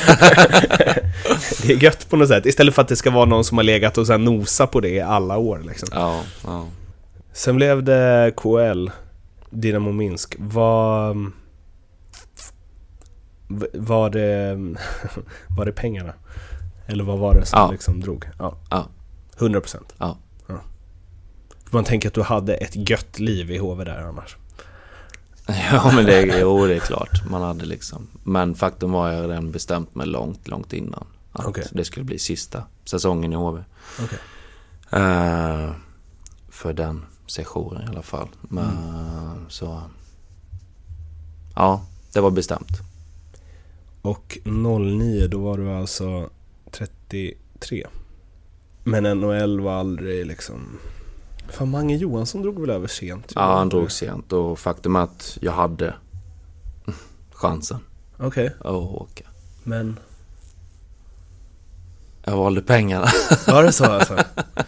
Det är gött på något sätt, istället för att det ska vara någon som har legat och så här nosa på det i alla år liksom. Ja. Sen blev det KL, Dynamo Minsk. Var det pengarna? Eller vad var det som liksom drog? Ja. 100%. Ja. Man tänker att du hade ett gött liv i HV där annars. Ja, men det är klart. Man hade liksom. Men faktum var jag redan bestämt mig långt innan att det skulle bli sista säsongen i HV. Okay. För den sessionen i alla fall. Men så ja, det var bestämt. Och 09 då var du alltså 33. Men NHL var aldrig liksom... Fan, Mange Johansson drog väl över sent? Ja, han drog sent. Och faktum är att jag hade chansen. Okej. Att åka. Men... Jag valde pengarna. Var det så alltså?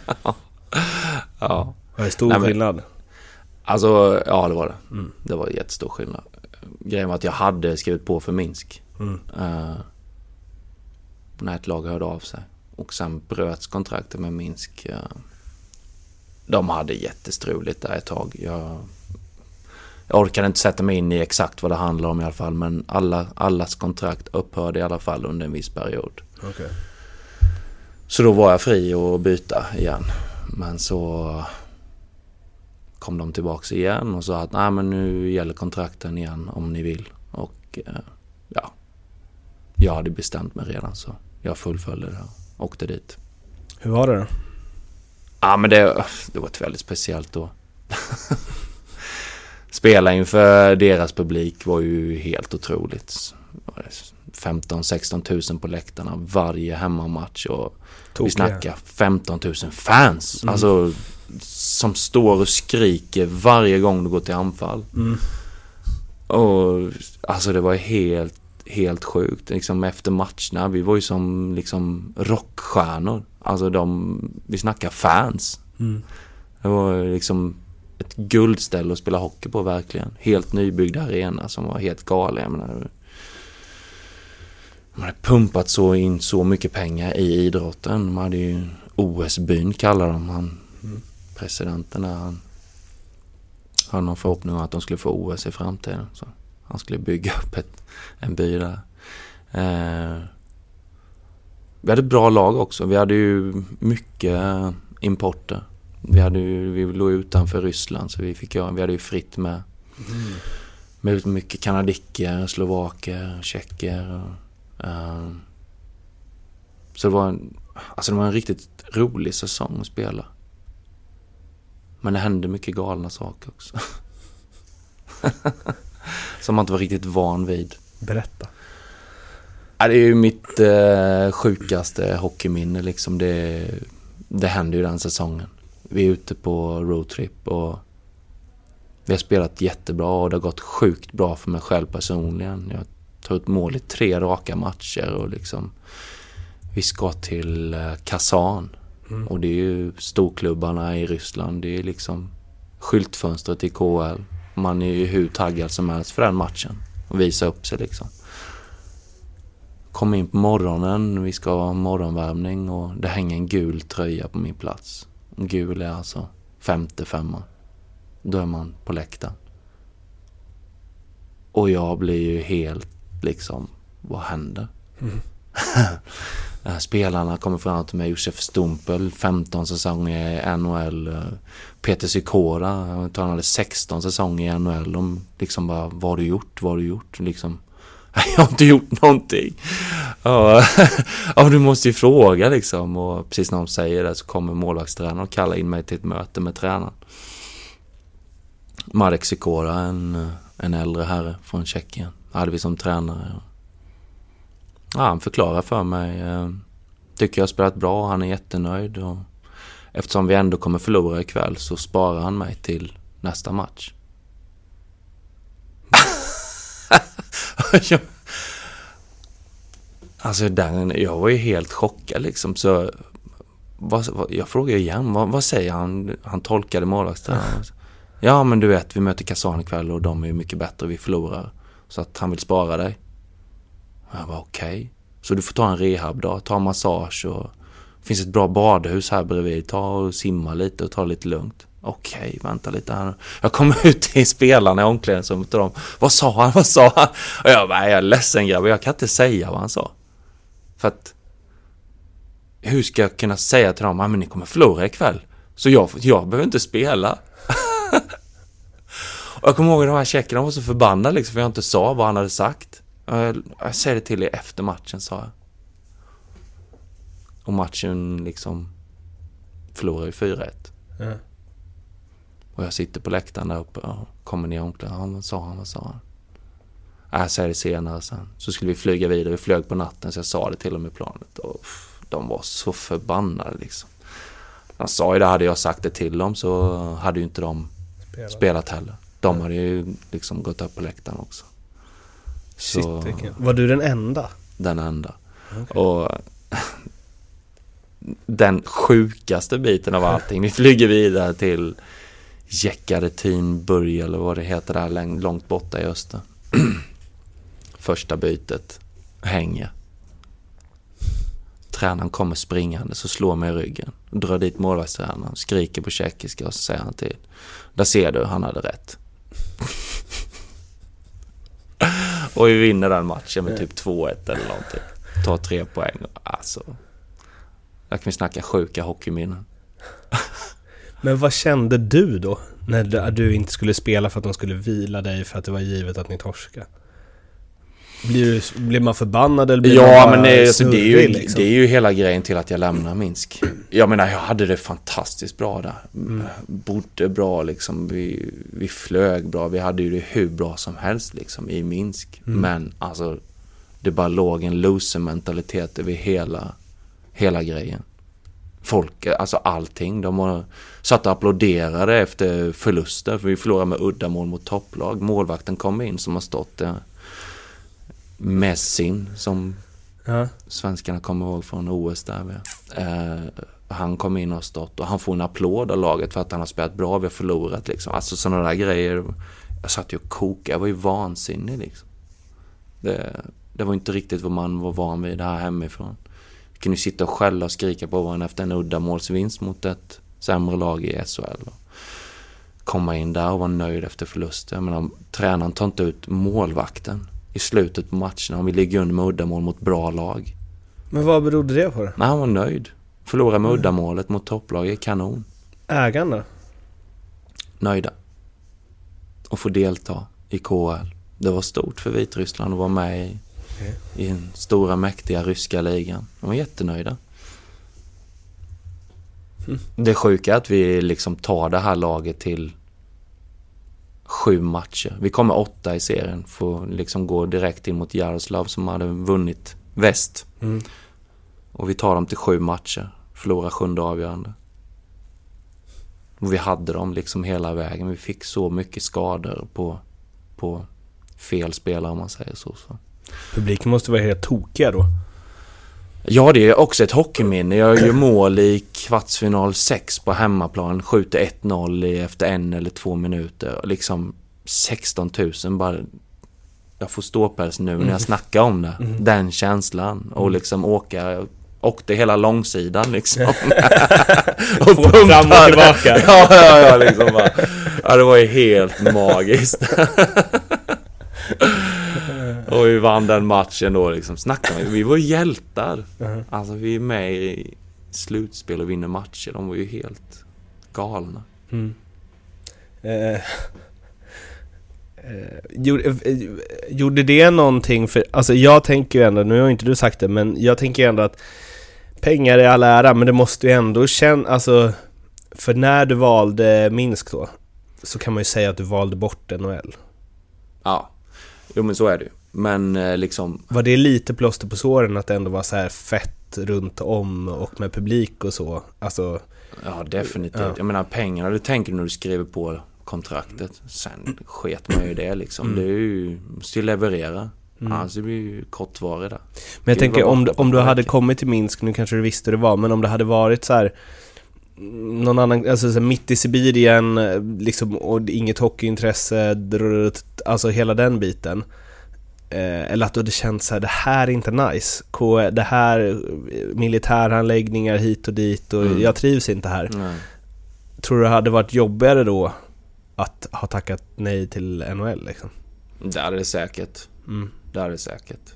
Ja. Var det stor skillnad? Alltså, ja det var det. Det var jättestor skillnad. Grejen var att jag hade skrivit på för Minsk. När ett lag hörde av sig. Och sen bröts kontraktet med Minsk. De hade jättestruligt där ett tag. Jag orkade inte sätta mig in i exakt vad det handlar om i alla fall. Men allas kontrakt upphörde i alla fall under en viss period. Okay. Så då var jag fri att byta igen. Men så kom de tillbaka igen och sa att nej, men nu gäller kontrakten igen om ni vill. Och ja, jag hade bestämt mig redan så jag fullföljde det och åkte dit. Hur var det då? Ja, men det var ett väldigt speciellt då. Spela inför deras publik var ju helt otroligt. 15-16 000 på läktarna varje hemmamatch och vi snackar 15 000 fans. Alltså som står och skriker varje gång du går till anfall. Och alltså det var helt sjukt. Liksom efter matcherna, vi var ju som liksom rockstjärnor. Alltså vi snackar fans. Det var liksom ett guldställe att spela hockey på verkligen. Helt nybyggd arena som var helt galen. Jag menar, man hade pumpat så mycket pengar i idrotten. Man hade ju OS-byn kallar de presidenten där. Han hade någon förhoppning om att de skulle få OS i framtiden. Så han skulle bygga upp en by där. Vi hade ett bra lag också. Vi hade ju mycket importer. Vi låg utanför Ryssland så vi hade ju fritt med mycket kanadiker, slovaker, tjecker. Så det var en riktigt rolig säsong att spela. Men det hände mycket galna saker också. Som man inte var riktigt van vid. Berätta. Ja, det är ju mitt sjukaste hockeyminne liksom. Det hände ju den säsongen. Vi är ute på roadtrip och vi har spelat jättebra och det har gått sjukt bra för mig själv personligen. Jag har tagit mål i 3 raka matcher och liksom vi ska till Kazan. Och det är ju storklubbarna i Ryssland. Det är liksom skyltfönstret i KHL. Man är ju hur taggad som helst för den matchen och visa upp sig liksom. Kom in på morgonen, vi ska ha morgonvärmning och det hänger en gul tröja på min plats. Gul är alltså 55. Då är man på läktaren. Och jag blir ju helt liksom, vad händer? Spelarna kommer fram till mig. Josef Stumpel, 15 säsonger i NHL. Peter Sikora, han hade 16 säsonger i NHL. De liksom bara, vad har du gjort? Liksom, jag har inte gjort någonting. Ja, du måste ju fråga liksom. Och precis när de säger det så kommer målvaktstränaren och kallar in mig till ett möte med tränaren. Marek Sikora, en äldre herre från Tjeckien, hade vi som tränare. Ja, han förklarar för mig. Tycker jag har spelat bra, han är jättenöjd. Och eftersom vi ändå kommer förlora ikväll så sparar han mig till nästa match. Alltså jag var ju helt chockad liksom. Så jag frågade igen, vad säger han? Han tolkade målvaktstränaren. Ja, men du vet, vi möter Kazan ikväll och de är mycket bättre, vi förlorar. Så att han vill spara dig. Jag var okej. Så du får ta en rehabdag, ta en massage och det finns ett bra badhus här bredvid. Ta och simma lite och ta lite lugnt. Okej, vänta lite här. Jag kommer ut till spelarna i omklädningsrummet och de, vad sa han? Och jag bara, jag är ledsen grabbar, jag kan inte säga vad han sa. För att hur ska jag kunna säga till dem, men ni kommer förlora ikväll. Så jag behöver inte spela. Och jag kommer ihåg att de här tjeckerna var så förbannade liksom, för jag inte sa vad han hade sagt. Jag säger det till er efter matchen, sa jag. Och matchen liksom förlorar ju 4-1. Ja. Och jag sitter på läktaren där uppe och kommer ner och omkläder. Vad sa han? Jag säger det senare sen. Så skulle vi flyga vidare. Vi flög på natten, så jag sa det till dem i planet. Och de var så förbannade liksom. Han sa ju det, hade jag sagt det till dem så hade ju inte de spelat heller. De hade ju liksom gått upp på läktaren också. Så, Shit, var du den enda? Den enda. Okay. Och den sjukaste biten av allting. Vi flyger vidare till Jekaterinburg eller vad det heter där långt borta i öster. Första bytet hänger. Tränaren kommer springande, så slår mig i ryggen. Drar dit målvaktstränaren, skriker på tjeckiska och så säger han till. Där ser du, han hade rätt. Och vi vinner den matchen med typ 2-1 eller någonting. Tar 3 poäng. Alltså, där kan vi snacka sjuka hockeyminnen. Men vad kände du då när du inte skulle spela för att de skulle vila dig för att det var givet att ni torska? Blir man förbannad eller blir man bara men snurrig, liksom? Det är ju hela grejen till att jag lämnar Minsk. Jag menar, jag hade det fantastiskt bra där. Bodde bra liksom, vi flög bra. Vi hade ju det hur bra som helst liksom i Minsk. Men alltså, det bara låg en loser-mentalitet över hela grejen. Folk, alltså allting. De har satt och applåderade efter förluster, för vi förlorade med uddamål mot topplag. Målvakten kom in som har stått Messin, som svenskarna kommer ihåg från OS där. Han kom in och har stått, och han får en applåd av laget för att han har spelat bra, vi har förlorat liksom. Alltså sådana där grejer. Jag satt ju och kokade, jag var ju vansinnig liksom. Det var inte riktigt vad man var van vid det här hemifrån. Vi kunde ju sitta och skälla och skrika på varandra efter en uddamålsvinst mot ett sämre lag i SHL. Komma in där och vara nöjd efter förluster. Jag menar, tränaren tar inte ut målvakten i slutet på matcherna om vi ligger under med uddamål mot bra lag. Men vad berodde det på? Nej, han var nöjd. Förlora med uddamålet mot topplag är kanon. Ägarna? Nöjda. Och få delta i KHL. Det var stort för Vitryssland att vara med i den stora mäktiga ryska ligan. De var jättenöjda. Det sjuka är att vi liksom tar det här laget till 7 matcher. Vi kommer 8 i serien, får liksom gå direkt in mot Jaroslav som hade vunnit väst. Och vi tar dem till 7 matcher, förlorar 7:e avgörande. Och vi hade dem liksom hela vägen. Vi fick så mycket skador på fel spelare, om man säger så. Publiken måste vara helt tokiga då. Ja, det är också ett hockeyminne. Jag gör mål i kvartsfinal 6 på hemmaplan, skjuter 1-0 efter 1 eller 2 minuter. Liksom 16 000 bara. Jag får ståpäls nu när jag snackar om det. Den känslan. Och liksom åkte hela långsidan liksom. Och fram och tillbaka. Ja, liksom bara. Ja, det var ju helt magiskt. Och vi vann den matchen då liksom. Vi var hjältar. Alltså vi är med i slutspel och vinner matcher. De var ju helt galna. Gjorde det någonting för, alltså jag tänker ju ändå, nu har inte du sagt det, men jag tänker ändå att pengar är all ära, men det måste ju ändå alltså, för när du valde Minsk då, så kan man ju säga att du valde bort NHL. Ja, jo men så är det ju. Men liksom... Var det lite plåster på såren att det ändå var så här fett runt om och med publik och så? Alltså... Ja, definitivt. Ja. Jag menar, pengarna, du tänker när du skriver på kontraktet. Sen sket man ju det liksom. Det är ju, måste ju leverera. Alltså det blir ju kortvarigt där. Men jag tänker, om du hade kommit till Minsk, nu kanske du visste hur det var, men om det hade varit så här någon annan, alltså så mitt i Sibirien liksom, och inget hockeyintresse, alltså hela den biten, eller att du hade känt så här, det här är inte nice, det här militäranläggningar hit och dit och jag trivs inte här. Tror du det hade varit jobbigare då att ha tackat nej till NHL liksom? Det är det säkert. Det är det säkert.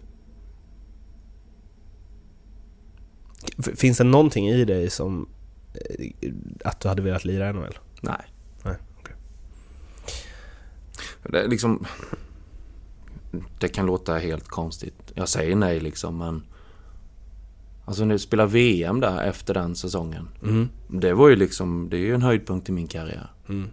Finns det någonting i dig som att du hade velat lira NHL? Nej. Okay. Det, liksom, det kan låta helt konstigt. Jag säger nej liksom, men alltså när du spelar VM där efter den säsongen. Det var ju liksom, det är ju en höjdpunkt i min karriär.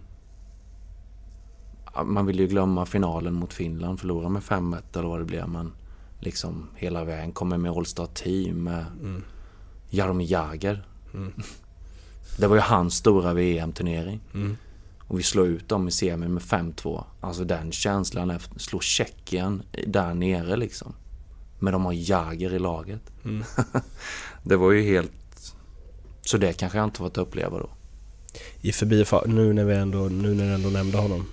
Man vill ju glömma finalen mot Finland, förlora med 5-1 eller vad det blev, men liksom hela vägen kommer med All-Star team med Jaromir Jagr. Det var ju hans stora VM-turnering. Och vi slår ut dem i semin med 5-2. Alltså den känslan efter slå Tjeckien där nere liksom. Men de har Jagr i laget. Det var ju helt... Så det kanske jag inte fått uppleva då. I nu när du ändå nämnde honom.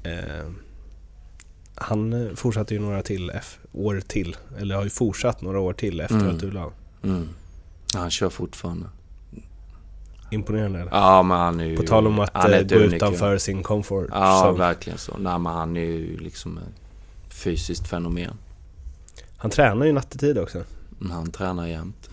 Han fortsatte ju några år till. Eller har ju fortsatt några år till efter att du la. Ja, han kör fortfarande. Imponerande. Ja, men han är ju... På tal om att gå utanför sin comfort. Ja, verkligen så. Nej, men han är ju liksom ett fysiskt fenomen. Han tränar ju nattetid också. Han tränar jämt.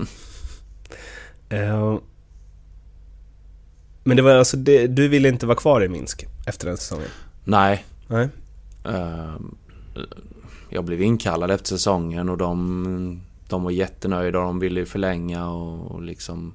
Men det var alltså du ville inte vara kvar i Minsk efter den säsongen? Nej. Nej. Jag blev inkallad efter säsongen och de var jättenöjda och de ville förlänga och liksom...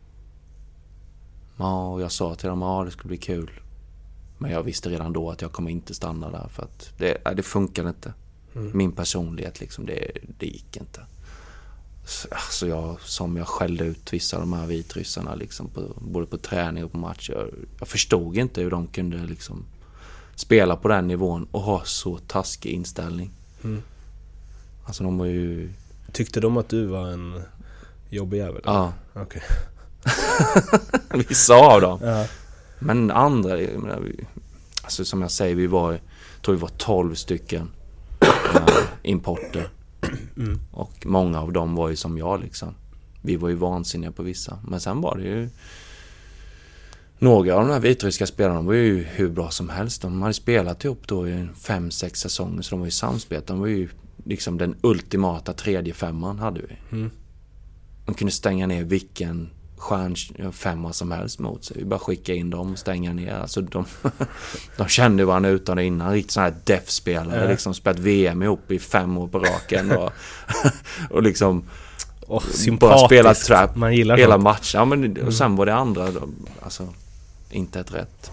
Ja, och jag sa till dem det skulle bli kul. Men jag visste redan då att jag kommer inte stanna där för att det funkar inte. Min personlighet liksom, det gick inte. Alltså jag skällde ut vissa av de här vitryssarna liksom både på träning och på match. Jag förstod inte hur de kunde liksom spela på den nivån och ha så taskig inställning. Alltså de var ju... Tyckte de att du var en jobbig jävel? Ja. Okej. Vissa av dem. Ja. Men andra, alltså som jag säger, tror vi var 12 stycken importer. Och många av dem var ju som jag liksom. Vi var ju vansinniga på vissa. Men sen var det ju några av de här vitryska spelarna var ju hur bra som helst. De hade spelat ihop då i 5-6 säsonger, så de var ju samspelade. De var ju liksom den ultimata 3-5:an hade vi. De kunde stänga ner vilken stjärnfemma som helst mot sig. Vi bara skicka in dem och stänga ner. Alltså de kände varandra utan och innan. Riktigt sådana här def-spelare. Liksom spelat VM ihop i 5 år på raken. Och liksom bara spela trap hela matchen. Ja, men, och sen var det andra. Alltså, inte ett rätt.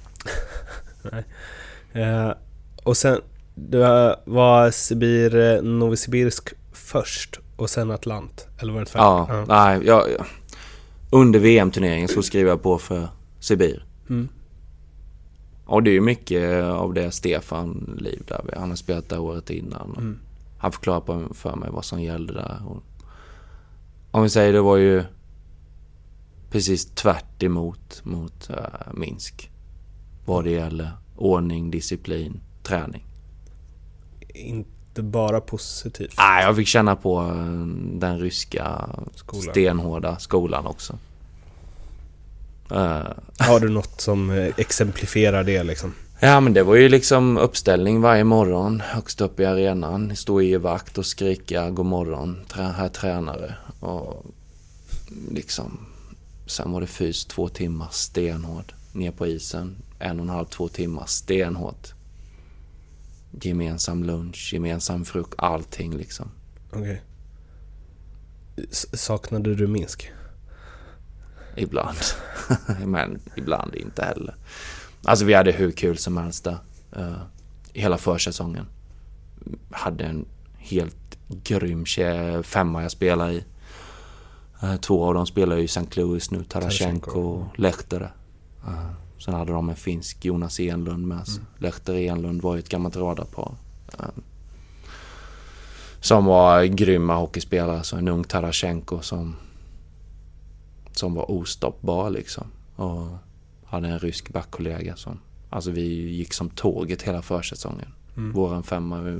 Nej. Och sen du var Novosibirsk först och sen Atlant. Eller var det tvärtom? Nej, under VM-turneringen så skrev jag på för Sibir. Och det är ju mycket av det Stefan liv där. Han har spelat där året innan. Han förklarade för mig vad som gällde där. Och om vi säger, det var ju precis tvärt emot mot Minsk. Vad det gäller ordning, disciplin, träning. Inte bara positivt. Nej, jag fick känna på den ryska stenhårda skolan också. Har du något som exemplifierar det liksom? Ja, men det var ju liksom uppställning varje morgon högst upp i arenan. Stå i vakt och skrika god morgon, här tränare. Och liksom, sen var det fys 2 timmar stenhård. Ner på isen 1,5-2 timmar stenhårt. Gemensam lunch, gemensam frukt, allting liksom. Okej. Saknade du Minsk? Ibland. Men ibland inte heller. Alltså vi hade hur kul som helst där. Hela försäsongen. Hade en helt grym femma jag spelade i. 2 av dem spelar ju i St. Louis nu. Tarashenko och Lehtere. Sen hade de en finsk Jonas Enlund med sig. Lehtere Enlund var ju ett gammalt radarpar. Som var grymma hockeyspelare. Så en ung Tarashenko som var ostoppbar liksom. Och hade en rysk backkollega som... Alltså vi gick som tåget hela försäsongen. Våran femma...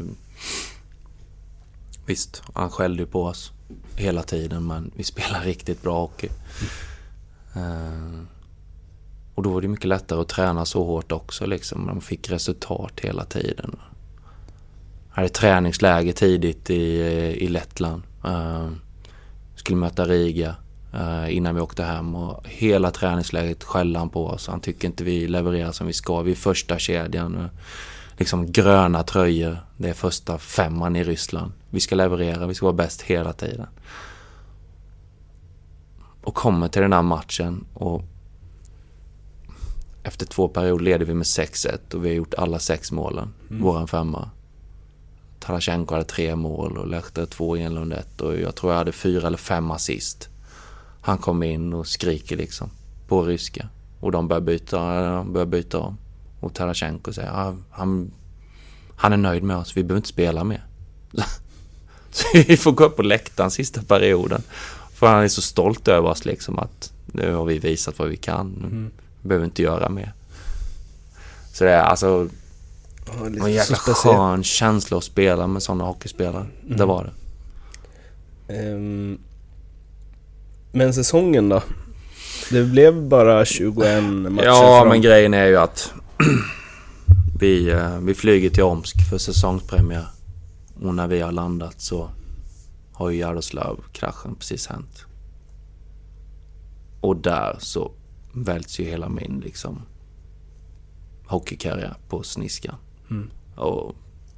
Visst, han skällde på oss hela tiden, men vi spelar riktigt bra hockey. Och då var det mycket lättare att träna så hårt också liksom. Man fick resultat hela tiden. Jag hade träningsläge tidigt i Lettland. Skulle möta Riga innan vi åkte hem, och hela träningsläget skällde han på oss. Han tycker inte vi levererar som vi ska. Vi är första kedjan. liksom gröna tröjor. Det är första 5:an i Ryssland. Vi ska leverera, vi ska vara bäst hela tiden. Och kommer till den här matchen och efter 2 perioder leder vi med 6-1 och vi har gjort alla 6 målen. Våran 5:a. Tarashenko hade 3 mål och Lehter 2, Enlund 1 och jag tror jag hade 4 eller 5 assist. Han kom in och skriker liksom på ryska och de börjar byta om. Och Tarashenko säger han är nöjd med oss, vi behöver inte spela mer. Så vi får gå upp på läktaren sista perioden. För han är så stolt över oss liksom att nu har vi visat vad vi kan. Vi behöver inte göra mer. Så det är alltså en jäkla skön känsla att spela med sådana hockeyspelare. Det var det. Men säsongen då? Det blev bara 21 matcher. Ja, men grejen är ju att vi flyger till Omsk för säsongspremiär. Och när vi har landat så har ju Jaroslav-kraschen precis hänt. Och där så välts ju hela min liksom hockeykarriär på sniskan. Och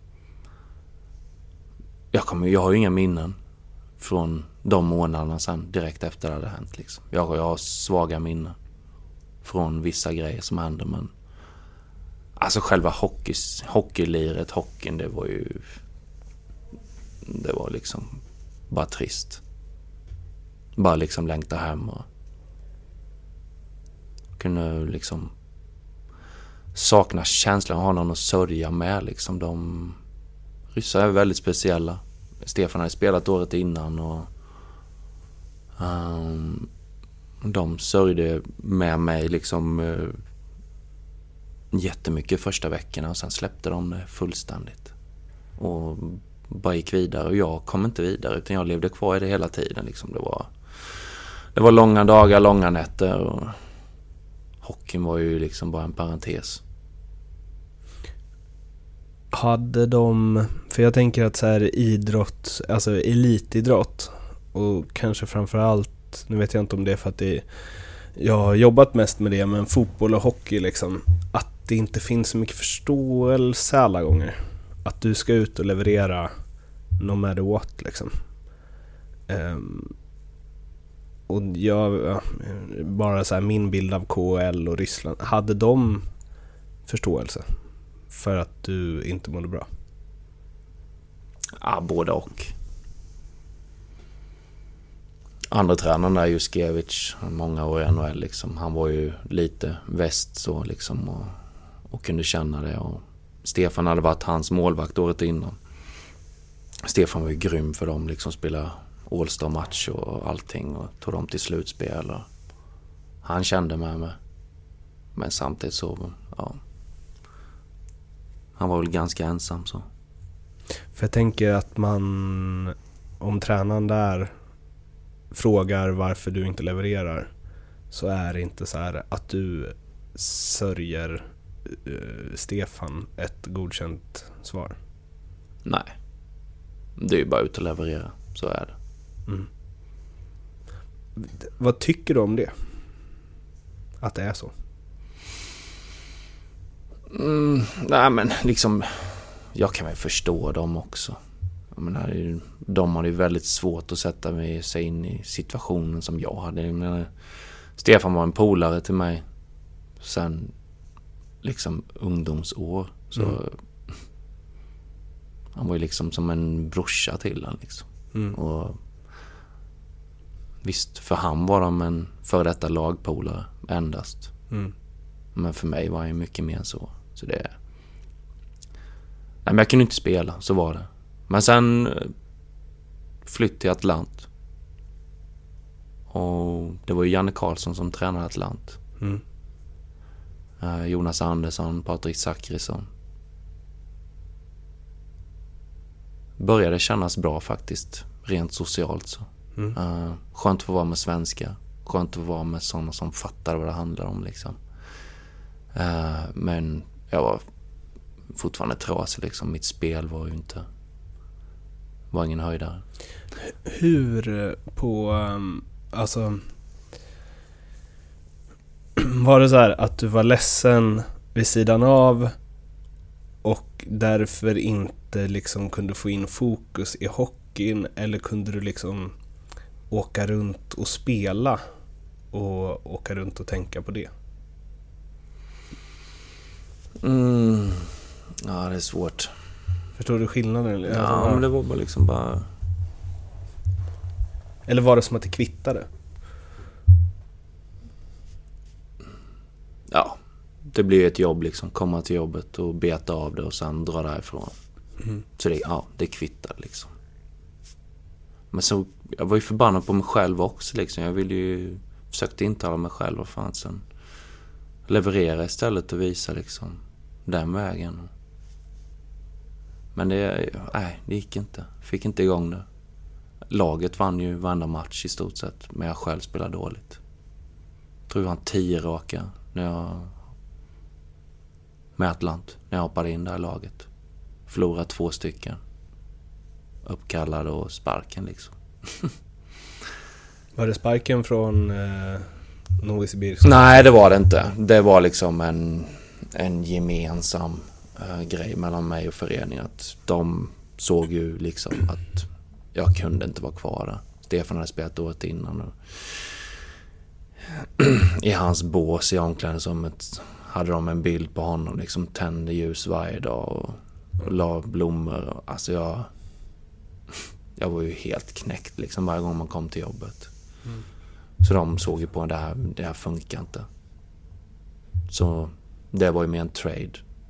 jag har ju inga minnen från de månaderna sen direkt efter det hade hänt liksom. Jag har svaga minnen från vissa grejer som hände, men alltså själva hockeyliret, hockeyn, det var liksom bara trist. Bara liksom längta hem och kunde liksom sakna känslan av någon att sörja med liksom. Ryssar är väldigt speciella. Stefan hade spelat året innan och de sörjde med mig liksom jättemycket första veckorna och sen släppte de det fullständigt och bara gick vidare, och jag kom inte vidare utan jag levde kvar i det hela tiden liksom. Det var långa dagar, långa nätter och hockeyn var ju liksom bara en parentes. Hade de, för jag tänker att så här idrott, alltså elitidrott och kanske framförallt, nu vet jag inte om det är för att jag har jobbat mest med det, men fotboll och hockey liksom, att det inte finns så mycket förståelse alla gånger. Att du ska ut och leverera no matter what liksom. Och bara så här, min bild av KHL och Ryssland, hade de förståelse för att du inte mådde bra? Ja, både och. Andra tränaren där, Juskevich, många år i NHL liksom, han var ju lite väst så liksom och kunde känna det, och Stefan hade varit hans målvakt året innan. Stefan var ju grym för dem liksom, spela All-Star-match och allting och tog dem till slutspel, och han kände med mig. Men samtidigt så han var väl ganska ensam så. För jag tänker att om tränaren där frågar varför du inte levererar, så är det inte så här att du sörjer Stefan ett godkänt svar. Nej. Det är ju bara ut och leverera, så är det. Vad tycker du om det? Att det är så? Nej, men liksom, jag kan väl förstå dem också. Jag menar, de hade ju väldigt svårt att sätta sig in i situationen som jag hade. Jag menar, Stefan var en polare till mig sen liksom ungdomsår, så han var ju liksom som en brorsa till han liksom. Och visst, för han var de en för detta lagpolare endast. Men för mig var han ju mycket mer så. Så det... Nej, men jag kunde inte spela, så var det. Men sen flyttade till Atlant. Och det var ju Janne Karlsson som tränade Atlant. Jonas Andersson, Patrik Zackrisson. Började kännas bra faktiskt, rent socialt så. Skönt att få vara med svenskar. Skönt att få vara med sådana som fattar vad det handlar om liksom. Men jag var fortfarande trasig liksom. Mitt spel var ingen höjdare. Hur alltså var det så här att du var ledsen vid sidan av, och därför inte liksom kunde få in fokus i hockeyn, eller kunde du liksom åka runt och spela och åka runt och tänka på det? Ja, det är svårt. Förstår du skillnaden? Ja, men det var bara liksom bara... Eller var det som att det kvittade? Ja, det blir ett jobb liksom. Komma till jobbet och beta av det och sen dra därifrån. Så det kvittar liksom. Men så, jag var ju förbannad på mig själv också liksom. Jag ville ju, försökte intala mig själv och fan sen leverera istället och visa liksom den vägen. Men det gick inte. Fick inte igång det. Laget vann ju varenda match i stort sett, men jag själv spelade dåligt. Jag tror jag vann 10 raka med Atlant när jag hoppade in där i laget. Förlorade 2 stycken. Uppkallade och sparken liksom. Var det sparken från Novosibirsk? Nej, det var det inte. Det var liksom en gemensam grej mellan mig och föreningen. Att de såg ju liksom att jag kunde inte vara kvar där. Stefan hade spelat året innan. Och i hans bås i omklädningsrummet hade de en bild på honom. Liksom tände ljus varje dag och la blommor. Alltså jag var ju helt knäckt liksom varje gång man kom till jobbet. Så de såg ju på det här funkar inte. Så det var ju mer en trade.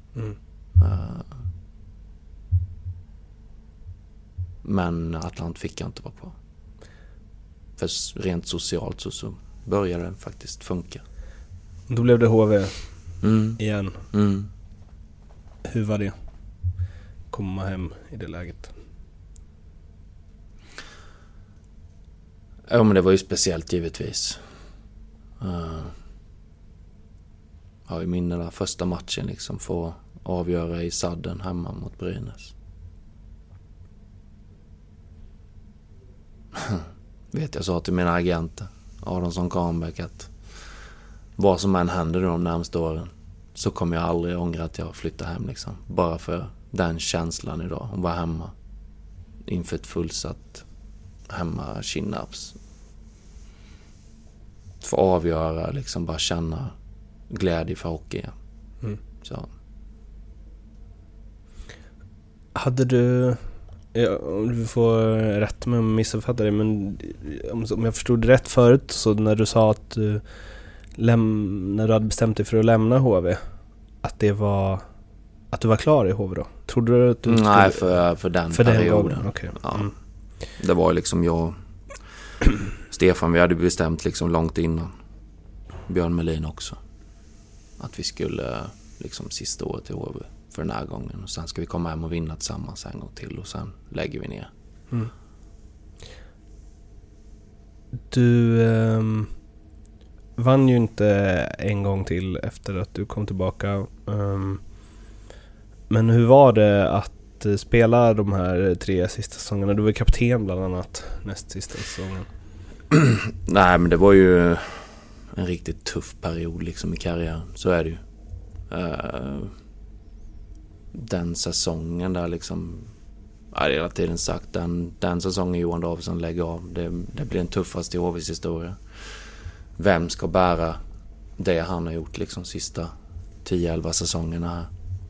Men Atlant fick jag inte vara kvar. För rent socialt så började det faktiskt funka. Då blev det HV igen. Hur var det? Komma hem i det läget? Ja, men det var ju speciellt givetvis. I min där första matchen liksom få avgöra i sadden hemma mot Brynäs. Vet jag sa till mina agenter Adolfsson Kahnbäck att vad som än händer nu de närmaste åren så kommer jag aldrig ångra att jag flyttar hem liksom. Bara för den känslan idag att vara hemma inför ett fullsatt hemma Kinnarps. Få avgöra liksom, bara känna glädje för hockey igen. Så. Hade du, om du får rätt med att missuppfatta det, men om jag förstod det rätt förut, så när du sa att när du hade bestämt dig för att lämna HV, att du var klar i HV då? Trodde du att du Nej, för den perioden. Okay. Ja. Det var liksom jag Stefan, vi hade bestämt liksom långt innan. Björn Melin också. Att vi skulle liksom sista året i HV för den här gången. Och sen ska vi komma hem och vinna tillsammans en gång till. Och sen lägger vi ner. Du vann ju inte en gång till efter att du kom tillbaka. Men hur var det att spela de här 3 sista säsongerna? Du var kapten bland annat näst sista säsongen. Nej, men det var ju en riktigt tuff period liksom i karriären. Så är det ju. Den säsongen där liksom, jag har hela tiden sagt den säsongen Johan Davidsson lägger av, det blir den tuffaste i HVs historia. Vem ska bära det han har gjort liksom sista 10-11 säsongerna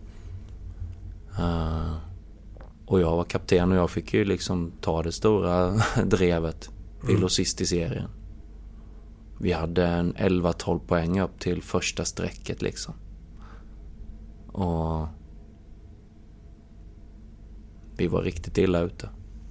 här? Och jag var kapten och jag fick ju liksom ta det stora drevet. Vi låg sist i serien. Vi hade en 11-12 poäng upp till första strecket liksom. Och vi var riktigt illa ute.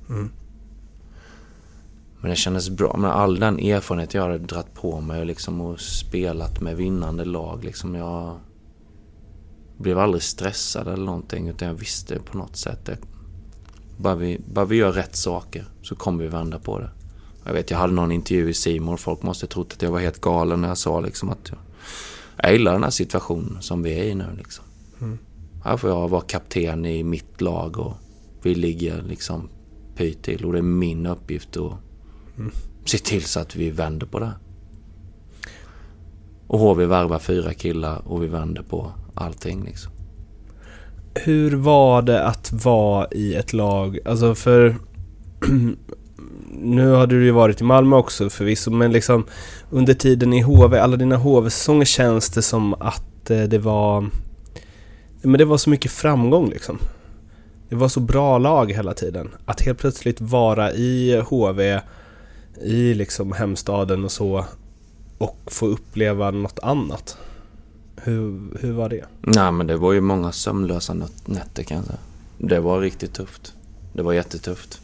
Men det kändes bra. Men all den erfarenhet jag hade dratt på mig liksom, och spelat med vinnande lag liksom, jag blev aldrig stressad eller någonting, utan jag visste på något sätt att bara vi gör rätt saker så kommer vi vända på det. Jag hade någon intervju i Simor, folk måste trott att jag var helt galen när jag sa liksom att jag gillar den här situationen som vi är i nu liksom. Här får jag vara kapten i mitt lag och vi ligger liksom pyt till, och det är min uppgift att se till så att vi vänder på det. Och HV värvar 4 killar och vi vänder på allting liksom. Hur var det att vara i ett lag? Alltså för nu hade du ju varit i Malmö också förvisso, men liksom under tiden i HV, alla dina HV-säsonger, känns det som att det var så mycket framgång liksom. Det var så bra lag hela tiden. Att helt plötsligt vara i HV, i liksom hemstaden och så, och få uppleva något annat. Hur var det? Nej, men det var ju många sömnlösa nätter kan jag säga. Det var riktigt tufft. Det var jättetufft.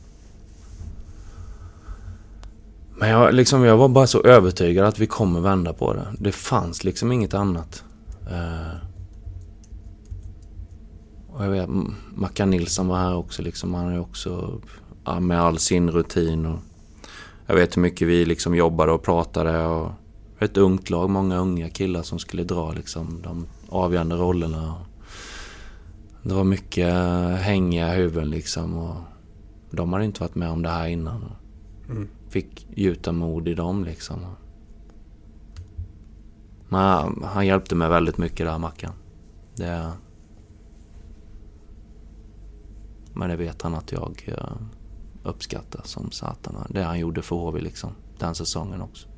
Men jag var bara så övertygad att vi kommer vända på det. Det fanns liksom inget annat. Och jag vet, Mackan Nilsson var här också liksom. Han är också med all sin rutin. Och jag vet hur mycket vi liksom jobbade och pratade. Och ett ungt lag, många unga killar som skulle dra liksom de avgörande rollerna. Det var mycket hängiga huvuden liksom. Och de hade inte varit med om det här innan. Fick gjuta mod i dem liksom. Men han hjälpte mig väldigt mycket där, Mackan. Men det vet han att jag uppskattar som satan. Det han gjorde för HV liksom, den säsongen också.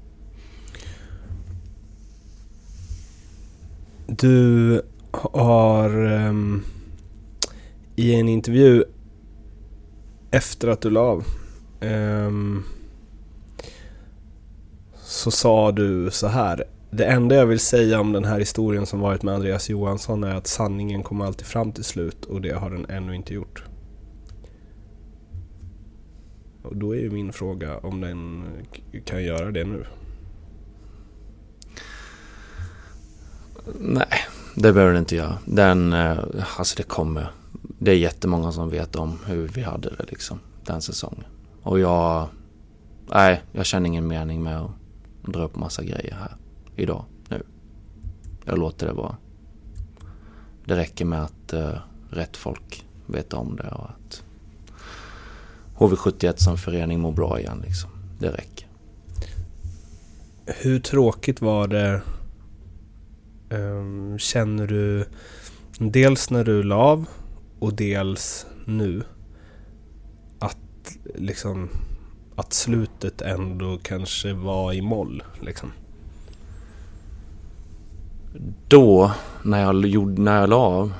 Du har i en intervju efter att du la av så sa du så här: det enda jag vill säga om den här historien som varit med Andreas Johansson är att sanningen kommer alltid fram till slut, och det har den ännu inte gjort. Och då är ju min fråga om den kan göra det nu. Nej, det behöver den inte göra. Det kommer. Det är jättemånga som vet om hur vi hade det liksom, den säsongen. Och jag känner ingen mening med att dra upp massa grejer här idag, nu. Jag låter det vara. Det räcker med att rätt folk vet om det och att HV71 som förening mår bra igen liksom. Det räcker. Hur tråkigt var det, känner du, dels när du la av och dels nu, att slutet ändå kanske var i moll liksom? Då, när jag la av,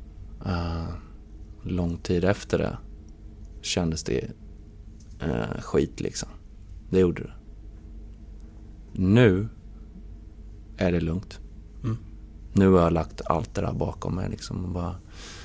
lång tid efter det, kändes det skit liksom. Det gjorde det. Nu är det lugnt. Nu har jag lagt allt det där bakom mig liksom, och bara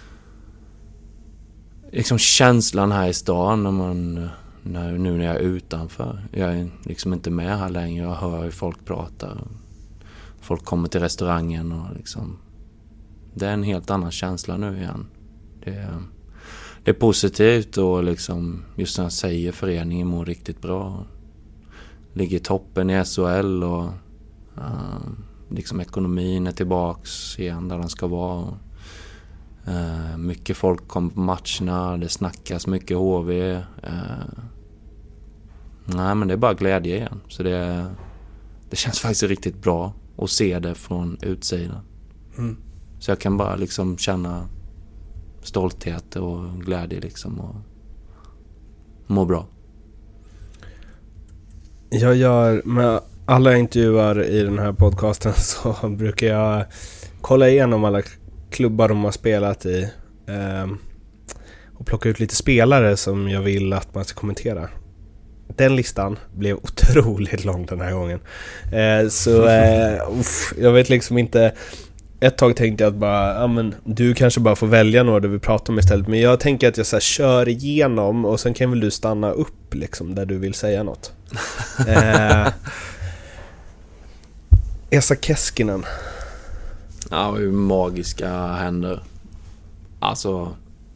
liksom känslan här i stan när jag är utanför. Jag är liksom inte med här längre. Jag hör hur folk pratar. Folk kommer till restaurangen och liksom, det är en helt annan känsla nu igen. Det är positivt, och liksom just när jag säger föreningen mår riktigt bra. Ligger i toppen i SHL, och liksom ekonomin är tillbaks igen där den ska vara. Mycket folk kommer på matcherna, det snackas mycket HV. Nej, men det är bara glädje igen. Så det känns faktiskt riktigt bra att se det från utsidan. Så jag kan bara liksom känna stolthet och glädje liksom, och må bra. Jag gör med alla intervjuer i den här podcasten, så brukar jag kolla igenom alla klubbar de har spelat i och plocka ut lite spelare som jag vill att man ska kommentera. Den listan blev otroligt lång den här gången. Jag vet liksom inte. Ett tag tänkte jag att bara, men du kanske bara får välja några där vi pratar om istället. Men jag tänker att jag så här kör igenom, och sen kan väl du stanna upp liksom där du vill säga något. Esa Keskinen. Ja, hur magiska händer. Alltså,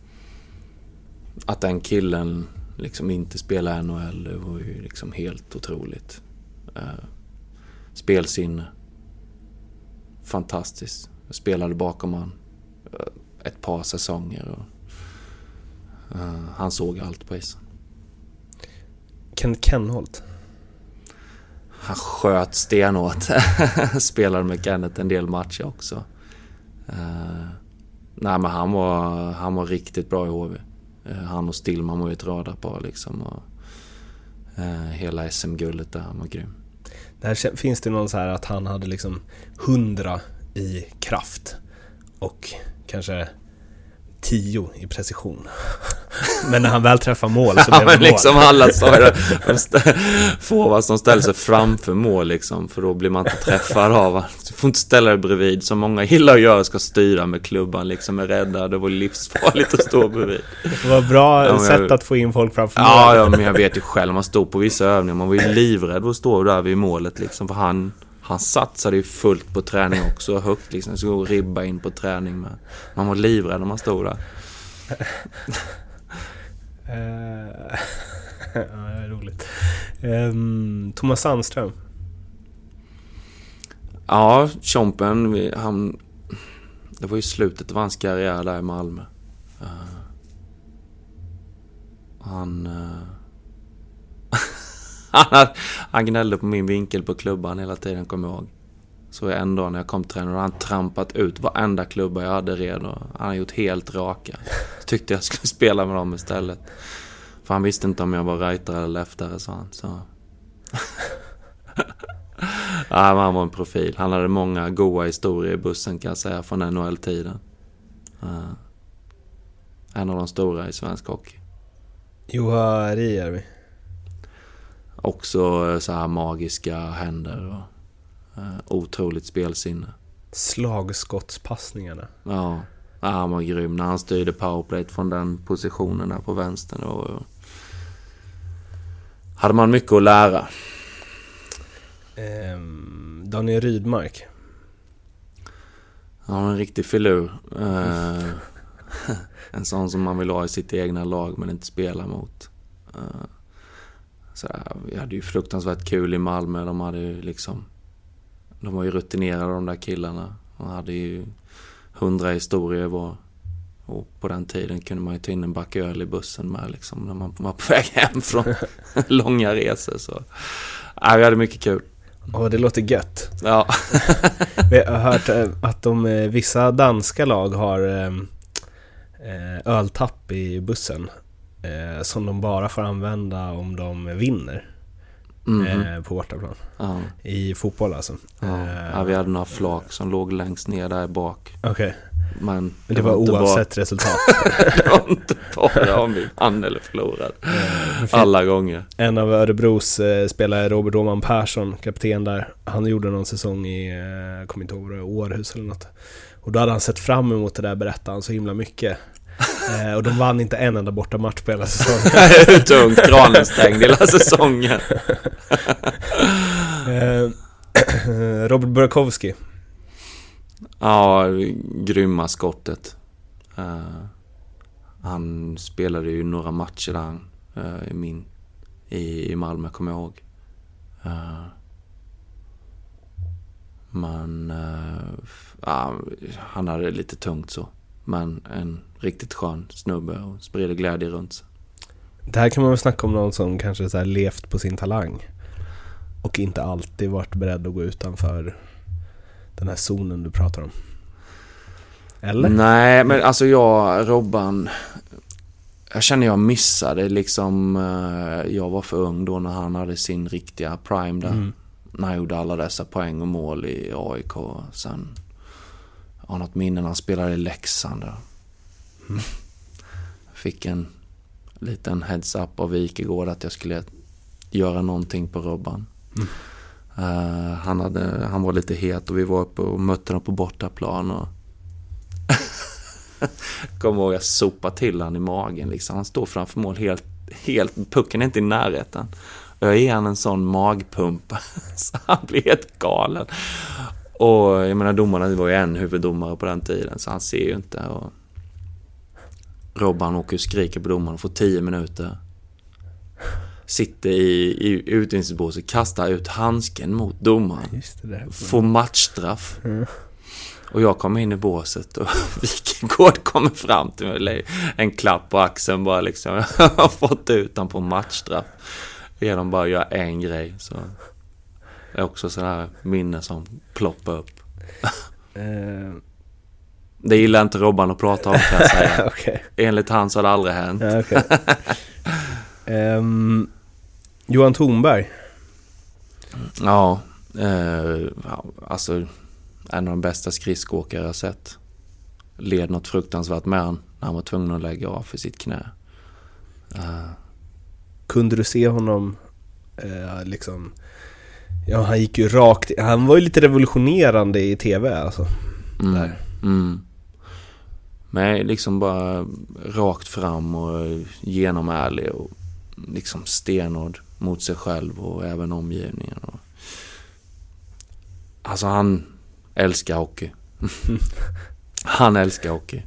att den killen liksom inte spelar NHL, det var ju liksom helt otroligt. Spelsinne. Fantastiskt. Jag spelade bakom han ett par säsonger, och han såg allt på isen. Kenneth Kenholt. Han sköt stenhårt. Spelade med Kenneth en del matcher också. Nej, men han var riktigt bra i HV. Han och Stillman var ju ett radarpar liksom. Och hela SM-guldet där, han var grym. Där finns det någon så här att han hade liksom 100 i kraft och kanske 10 i precision. Men när han väl träffar mål så blev det mål. Liksom alla sa det. Forwards som ställer sig framför mål liksom, för då blir man inte träffad av. Du får inte ställa dig bredvid, som många gillar att göra, ska styra med klubban liksom, är rädda. Det var livsfarligt att stå bredvid. Det var bra sätt att få in folk framför mål. Ja, men jag vet ju själv, man stod på vissa övningar, man var ju livrädd att stå där vid målet liksom, för han satsade ju fullt på träning också, högt liksom, så gå och ribba in på träning med. Man var livrädd när man stod där. Ja, det är roligt. Thomas Sandström. Ja, Chompen, det var ju slutet av hans karriär där i Malmö. Han gnällde på min vinkel på klubban hela tiden, kommer jag ihåg. Så en dag när jag kom till träning, och han trampat ut varenda klubba jag hade redan. Han har gjort helt raka. Så tyckte jag skulle spela med dem istället. För han visste inte om jag var rightare eller leftare, sa han. Så. Ja, men han var en profil. Han hade många goda historier i bussen, kan jag säga, från NHL-tiden. En av de stora i svensk hockey. Juha Rijärvi. Också så här magiska händer och otroligt spelsinne. Slagskottspassningarna. Ja, han var grym när han styrde powerplay från den positionen där på vänstern. Och hade man mycket att lära. Daniel Rydmark. Han var en riktig filur. En sån som man vill ha i sitt egna lag men inte spela mot. Så vi hade ju fruktansvärt kul i Malmö. De var ju rutinerade, de där killarna. De hade ju 100 historier och på den tiden kunde man ju ta in en back öl i bussen med liksom, när man var på väg hem från långa resor. Så vi hade mycket kul. Det låter gött. Ja. Vi har hört att vissa danska lag har öltapp i bussen som de bara får använda om de vinner på bortaplan. I fotboll alltså. Vi hade några flak som låg längst ner där bak. Okej. Men det var oavsett resultat. Det var inte bara om vi vann eller förlorade. Alla gånger. En av Örebros spelare, Robert Åman Persson, kapten där, han gjorde någon säsong i, kommer inte ihåg, Århus eller något. Och då hade han sett fram emot det där, berättade han så himla mycket. Och de vann inte en enda borta match på hela säsongen. Tungt, kranen stängd hela säsongen. Robert Burakovsky. Ja, grymma skottet. Han spelade ju några matcher där i Malmö, kommer jag ihåg. Men han hade det lite tungt så. Men en riktigt skön snubbe och sprider glädje runt sig. Det här kan man väl snacka om någon som kanske så här levt på sin talang och inte alltid varit beredd att gå utanför den här zonen du pratar om. Eller? Nej, men alltså Robban, jag känner jag missade liksom, jag var för ung då när han hade sin riktiga prime där. När han gjorde alla dessa poäng och mål i AIK. Sen har något minne när han spelade i Leksand där. Fick en liten heads up av Wikegård att jag skulle göra någonting på Robban. Han var lite het och vi var uppe och mötte honom på bortaplan och kommer ihåg jag sopade till han i magen liksom. Han står framför mål helt pucken är inte i närheten. Jag ger han en sån magpump så han blir helt galen. Och jag menar, domarna var ju en huvuddomare på den tiden, så han ser ju inte. Och Robban åker och skriker på domaren och får 10 minuter. Sitter i utvisningsbåset, kastar ut handsken mot domaren. Just det där. Får matchstraff. Och jag kommer in i båset och Wikegård kommer fram till mig. En klapp på axeln bara liksom. Jag har fått ut han på matchstraff. Genom bara göra en grej. Så det är också sådana här minne som ploppar upp. Det gillar inte Robban att prata om, kan jag säga. Okay. Enligt han så har det aldrig hänt. Ja, okay. Johan Thornberg. Ja, alltså en av de bästa skridskåkare jag har sett. Led något fruktansvärt med han när han var tvungen att lägga av för sitt knä. Kunde du se honom liksom... Ja, han gick ju rakt... Han var ju lite revolutionerande i tv, alltså. Där. Men liksom bara rakt fram och genomärlig och liksom stenhård mot sig själv och även omgivningen. Alltså han älskar hockey. Han älskar hockey.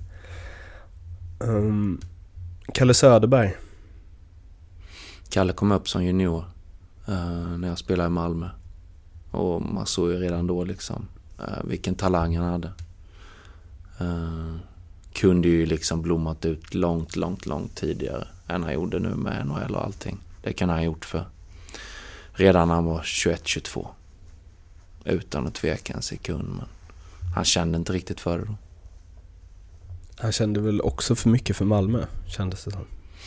Kalle Söderberg. Kalle kom upp som junior när jag spelade i Malmö. Och man såg ju redan då liksom vilken talang han hade. Kunde ju liksom blommat ut långt tidigare än han gjorde nu med NHL och allting. Det kan han ha gjort för redan när han var 21-22. Utan att tveka en sekund, men han kände inte riktigt för det då. Han kände väl också för mycket för Malmö, kändes det som.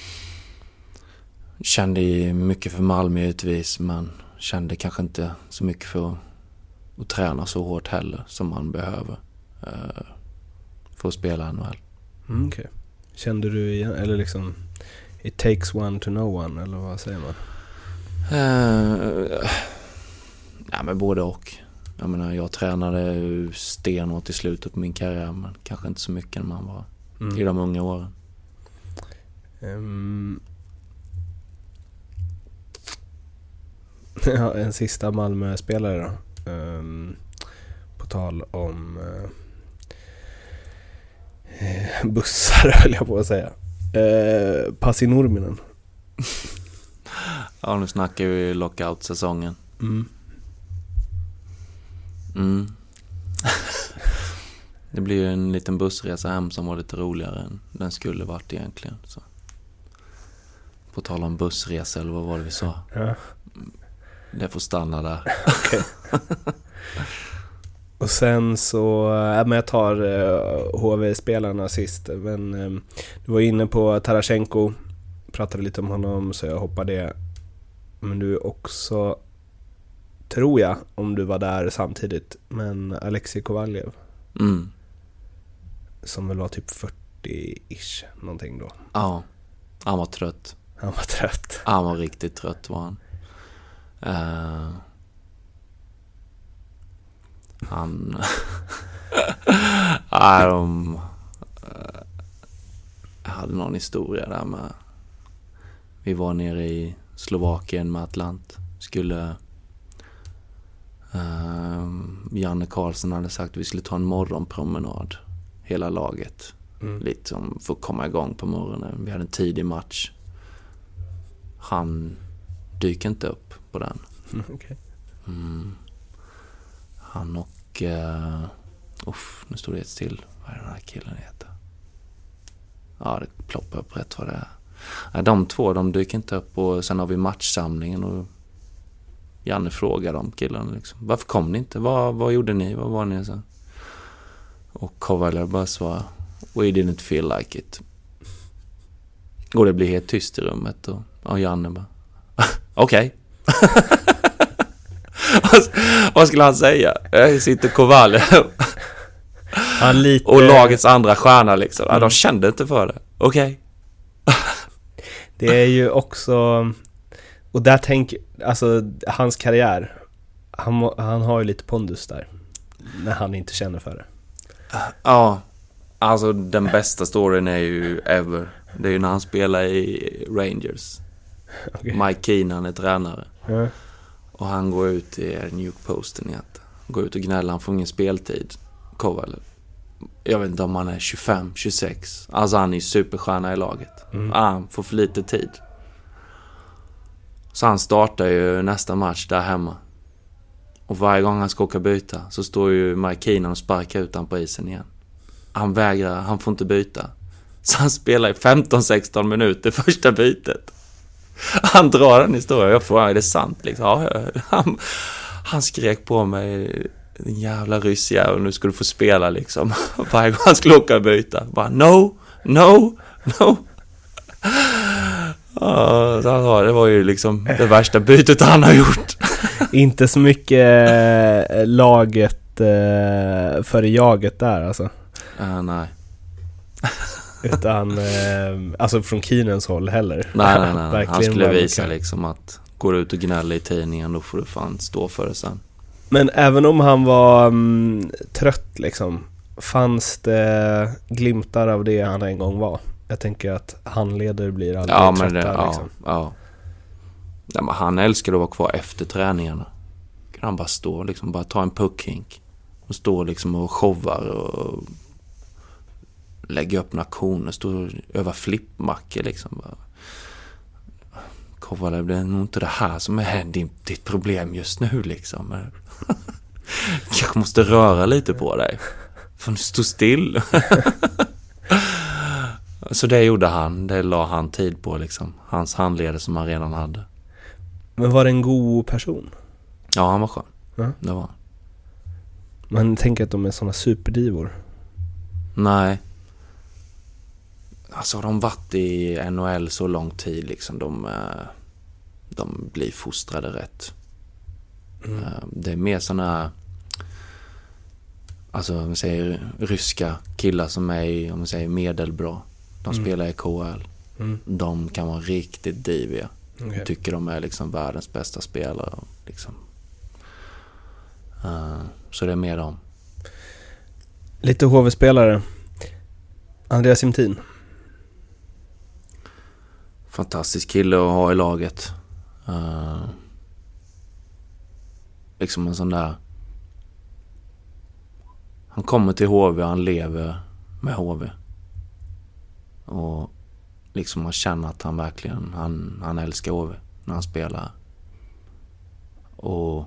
Kände mycket för Malmö utvis, men kände kanske inte så mycket för att träna så hårt heller som man behöver för att spela NHL. Okay. Kände du igen, eller liksom it takes one to know one, eller vad säger man? Ja, men både och. Jag menar, jag tränade stenhårt i slutet på min karriär, men kanske inte så mycket när man var i de unga åren. Ja, en sista Malmö-spelare då. På tal om bussar, höll jag på att säga. Pasi Nurminen. Ja, nu snackar vi lockout-säsongen. Det blir ju en liten bussresa hem som var lite roligare än den skulle varit egentligen. Så. På tal om bussresa, eller vad var det vi sa? Ja. Det får stanna där. Okay. Och sen så, men jag tar HV-spelarna sist. Men du var inne på Tarashenko, pratade lite om honom, så jag hoppar det. Men du också, tror jag, om du var där samtidigt, men Alexei Kovaljev. Som väl var typ 40-ish någonting då. Ja, han var trött. Han var riktigt trött, var han. Han hade någon historia där med. Vi var nere i Slovakien med Atlant. Skulle Janne Karlsson hade sagt att vi skulle ta en morgonpromenad hela laget. Lite som för att komma igång på morgonen. Vi hade en tidig match. Han dyker inte upp på den. Okay. Han och nu står det ett till. Vad är den här killen heter? Ja, det ploppar upp rätt vad det är. Ja, de två, de dyker inte upp. Och sen har vi matchsamlingen och Janne frågar de killarna liksom, varför kom ni inte? Vad gjorde ni? Vad var ni så? Och Kovaljev bara svarar, we didn't feel like it. Och det blir helt tyst i rummet och Janne bara, okej. Vad skulle han säga? Jag sitter Kovaljev och lagets andra stjärna liksom. Ja, de kände inte för det. Okej. Det är ju också, och där alltså hans karriär, han har ju lite pondus där när han inte känner för det. Ja, alltså den bästa storyn är ju ever. Det är ju när han spelar i Rangers. Okay. Mike Keenan är tränare. Och han går ut i New York Posten igen. Går ut och gnäller, han får ingen speltid. Kovaljev. Jag vet inte om han är 25, 26. Alltså han är superstjärna i laget. Han får för lite tid. Så han startar ju nästa match där hemma. Och varje gång han ska åka byta så står ju Mike Keenan och sparkar ut han på isen igen. Han vägrar, han får inte byta. Så han spelar i 15-16 minuter första bytet. Han drar en historia. Jag frågar, är det sant? Liksom. Ja, han skrek på mig en jävla ryssjävel, nu ska du få spela liksom. Varje gång han skulle åka och byta. Bara, no. Så det var ju liksom det värsta bytet han har gjort. Inte så mycket laget för jaget där alltså. Nej. Utan alltså från Keenans håll heller. Nej. Han skulle visa liksom att går du ut och gnäller i tidningen, då får du fan stå för det sen. Men även om han var trött liksom, fanns det glimtar av det han en gång var? Jag tänker att handledare blir aldrig trötta liksom. Ja, men han älskar att vara kvar efter träningarna. Kan han bara stå liksom, bara ta en puckhink och stå liksom och showar och lägga upp några koner, stå och öva flippmackor liksom. Kovala, det är nog inte det här som är ditt problem just nu liksom. Kanske måste röra lite på dig. För du stå still. Så det gjorde han. Det la han tid på liksom. Hans handledare som han redan hade. Men var det en god person? Ja, han var skön. Ja. Det var. Man tänker att de är såna superdivor. Nej. Alltså de varit i NHL så lång tid liksom. De blir fostrade rätt. Det är mer såna, alltså om man säger ryska killar som är, om man säger medelbra. De spelar i KHL. De kan vara riktigt diviga. Jag tycker de är liksom världens bästa spelare liksom. Så det är mer dem. Lite HV-spelare. Andreas Jämtin. Fantastisk kille att ha i laget. Liksom en sån där. Han kommer till HV och han lever med HV. Och liksom man känner att han verkligen han älskar HV när han spelar. Och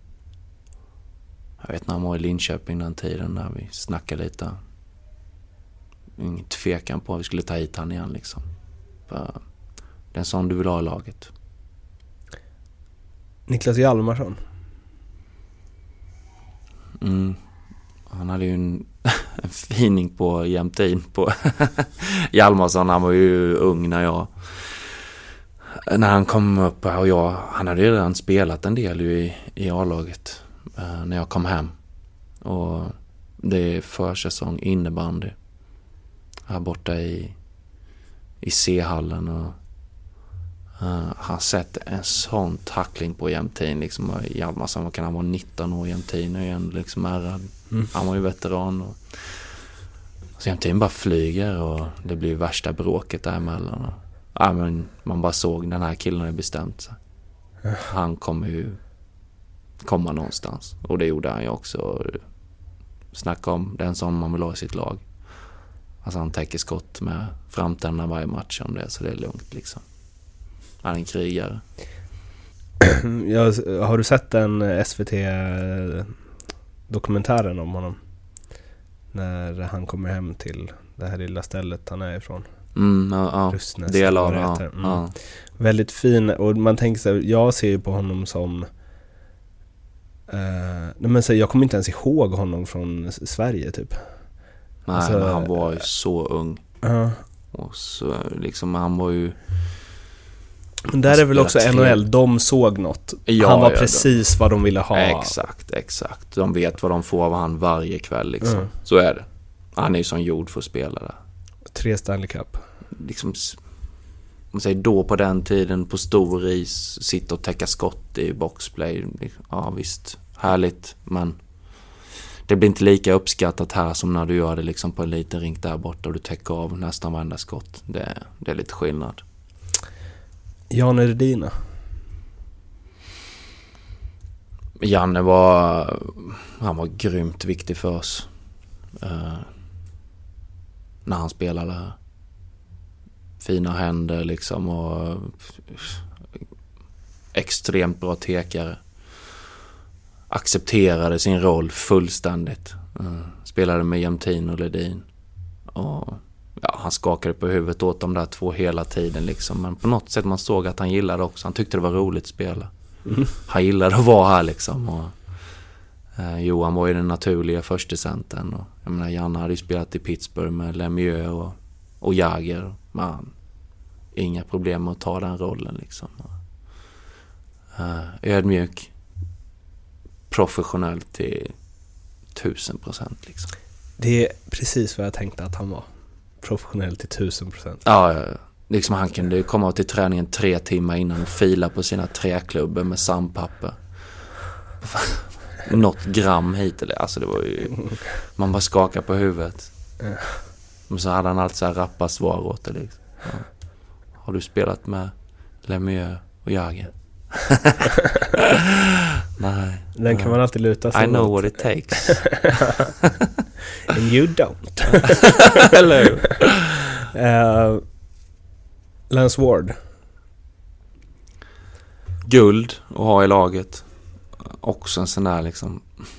jag vet när han var i Linköping den tiden när vi snackade lite. Ingen tvekan på att vi skulle ta hit han igen liksom. För det är en sån du vill ha i laget. Niklas Hjalmarsson. Han hade ju en fining på Jämtin på Hjalmarsson. Han var ju ung när han kom upp och han hade ju redan spelat en del i A-laget när jag kom hem. Och det är försäsong innebandy här borta i C-hallen och han sett en sån tackling på Jämtin liksom. Hjalmarsson kan han vara 19 år, Jämtin är ju liksom ärad. Han var ju veteran och så Jämtin bara flyger och det blir värsta bråket däremellan. Men man bara såg den här killen har bestämt sig. Han kommer ju komma någonstans och det gjorde han ju också. Snacka om den som man vill ha i sitt lag. Alltså han täcker skott med framtänderna varje match om det, så det är lugnt liksom. Han är en krigare. Har du sett den SVT-dokumentären om honom? När han kommer hem till det här lilla stället han är ifrån. Rustnäs, del av Väldigt fin, och man tänker så här, jag ser ju på honom som jag kommer inte ens ihåg honom från Sverige typ. Nej, alltså, men han var ju så ung. Och så liksom han var ju. Men där är väl också NHL, de såg något. Han var precis vad de ville ha. Exakt. De vet vad de får av han varje kväll liksom. Så är det. Han är ju som gjord för att spela där. 3 Stanley Cup. Liksom, man säger då på den tiden på stor is, sitta och täcka skott i boxplay. Ja visst, härligt, men det blir inte lika uppskattat här som när du gör det liksom på en liten rink där borta och du täcker av nästan varenda skott. Det är lite skillnad. Janne Redina. Janne var grymt viktig för oss när han spelade här. Fina händer liksom och extremt bra tekare. Accepterade sin roll fullständigt. Spelade med Jämtin och Ledin. Och han skakade på huvudet åt de där 2 hela tiden liksom. Men på något sätt man såg att han gillade också. Han tyckte det var roligt att spela. Han gillade att vara här liksom. Och, Johan var ju den naturliga första centern. Och jag menar, Janne hade ju spelat i Pittsburgh med Lemieux och Jagr. Man, inga problem med att ta den rollen liksom. Ödmjuk, professionell till 1000% liksom. Det är precis vad jag tänkte att han var. Professionell till 1000%. Ja. Liksom han kunde ju komma till träningen 3 timmar innan och fila på sina träklubbor med sandpapper. Något gram hit eller alltså det var ju, man bara skakar på huvudet. Men så hade han allt så här rappa svar åt det liksom. Ja. Har du spelat med Lemieux och Jagr? Nej. Den kan man alltid luta sig I know what it takes. And you don't. Hello. Lance Ward. Guld att ha i laget. Också en sån där liksom.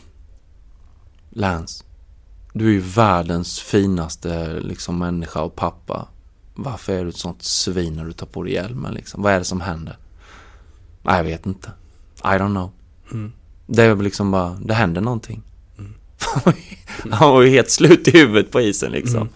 Lance, du är ju världens finaste liksom människa och pappa. Varför är du ett sånt svin när du tar på dig hjälmen liksom? Vad är det som händer? Nej, jag vet inte. I don't know. Det är liksom bara, det händer någonting. Han var ju helt slut i huvudet på isen liksom.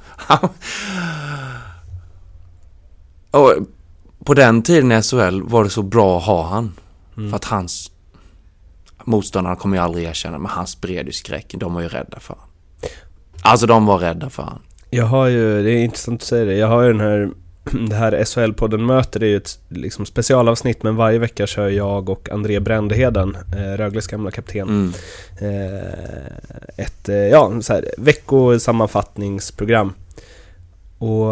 Och på den tiden i SHL var det så bra att ha han. För att hans motståndarna kommer ju aldrig erkänna, men han spred ju skräck. De var ju rädda för han. Alltså de var rädda för han. Jag har ju, det är intressant att säga det, jag har ju det här SHL-podden möter, det är ju ett liksom specialavsnitt, men varje vecka kör jag och André Brändheden, Rögles gamla kapten, ett så här, veckosammanfattningsprogram. Och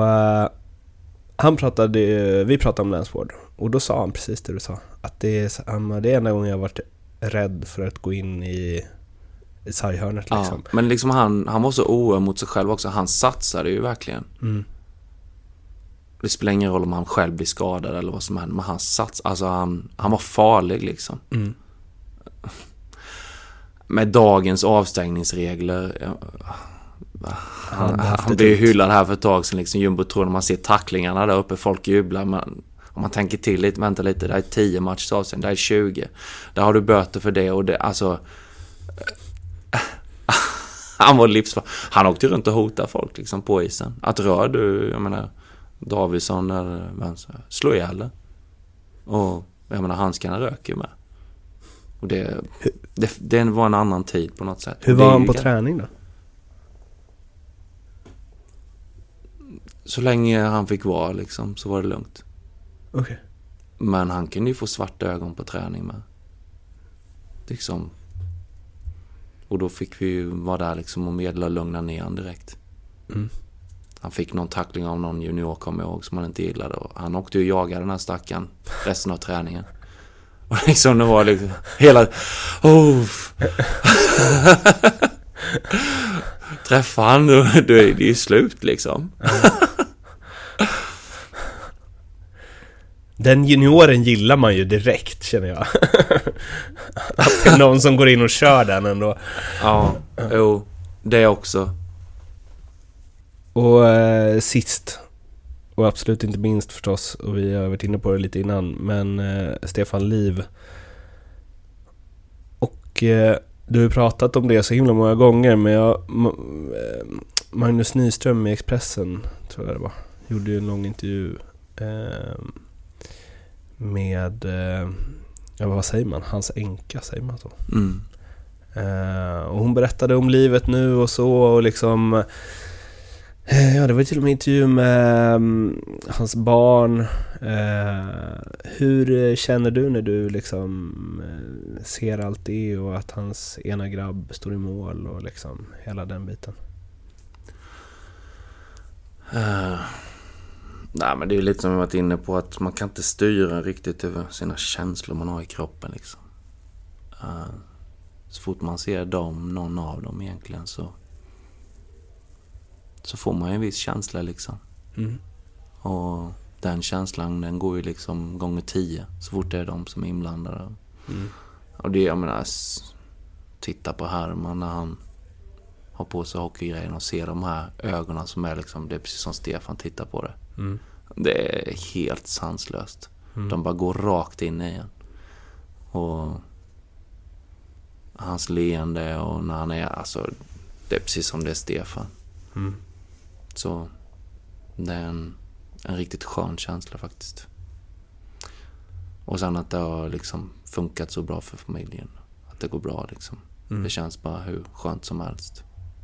vi pratade om Lance Ward, och då sa han precis det du sa, att det är enda gången jag har varit rädd för att gå in i sarghörnet liksom. Ja, men liksom han var så oerhört mot sig själv också. Han satsade ju verkligen. Det spelar ingen roll om han själv blir skadad eller vad som händer, men han alltså han var farlig liksom. Med dagens avstängningsregler, han blev hyllad här för ett tag sedan liksom. Jumbo tror när man ser tacklingarna där uppe, folk jublar, men om man tänker till lite, vänta lite, det är 10 matchers avstängning, det är 20, där har du böter för det, och det, alltså han var livsfarlig. Han åkte runt och hotade folk liksom på isen. Att rör du, jag menar Davidsson eller vänster, slå ihjäl det. Och jag menar handskarna röker ju med. Och det var en annan tid på något sätt. Hur var han på träning då? Så länge han fick vara liksom, så var det lugnt. Okej. Men han kunde ju få svarta ögon på träning med. Liksom. Och då fick vi ju vara där liksom och medla och lugna ner han direkt. Han fick någon tackling av någon junior, kommer jag ihåg, som han inte gillade. Och han åkte ju och jagade den här stackaren resten av träningen. Och liksom det var liksom hela... Träffa han, då är det ju slut liksom. Den junioren gillar man ju direkt, känner jag. Att det är någon som går in och kör den ändå. Ja, jo, det också. Och sist, och absolut inte minst förstås, och vi har varit inne på det lite innan, men Stefan Liv. Och du har pratat om det så himla många gånger, men Magnus Nyström i Expressen, tror jag det var, gjorde ju en lång intervju med vad säger man? Hans änka, säger man så? Och hon berättade om livet nu och så, och liksom det var till och med intervju med hans barn. Hur känner du när du liksom ser allt det, och att hans ena grabb står i mål och liksom hela den biten? Nej, men det är ju lite som vi varit inne på, att man kan inte styra riktigt över sina känslor man har i kroppen liksom. Så fort man ser någon av dem egentligen, så får man ju en viss känsla liksom. Och den känslan, den går ju liksom gånger 10 så fort det är de som är inblandade. Och det, jag menar, titta på Herman när han har på sig hockeygrejen och ser de här ögonen som är liksom, det är precis som Stefan tittar på det. Det är helt sanslöst. De bara går rakt in i en. Och hans leende och när han är, alltså det är precis som det är Stefan. Så det är en riktigt skön känsla faktiskt. Och sen att det har liksom funkat så bra för familjen. Att det går bra liksom. Det känns bara hur skönt som helst.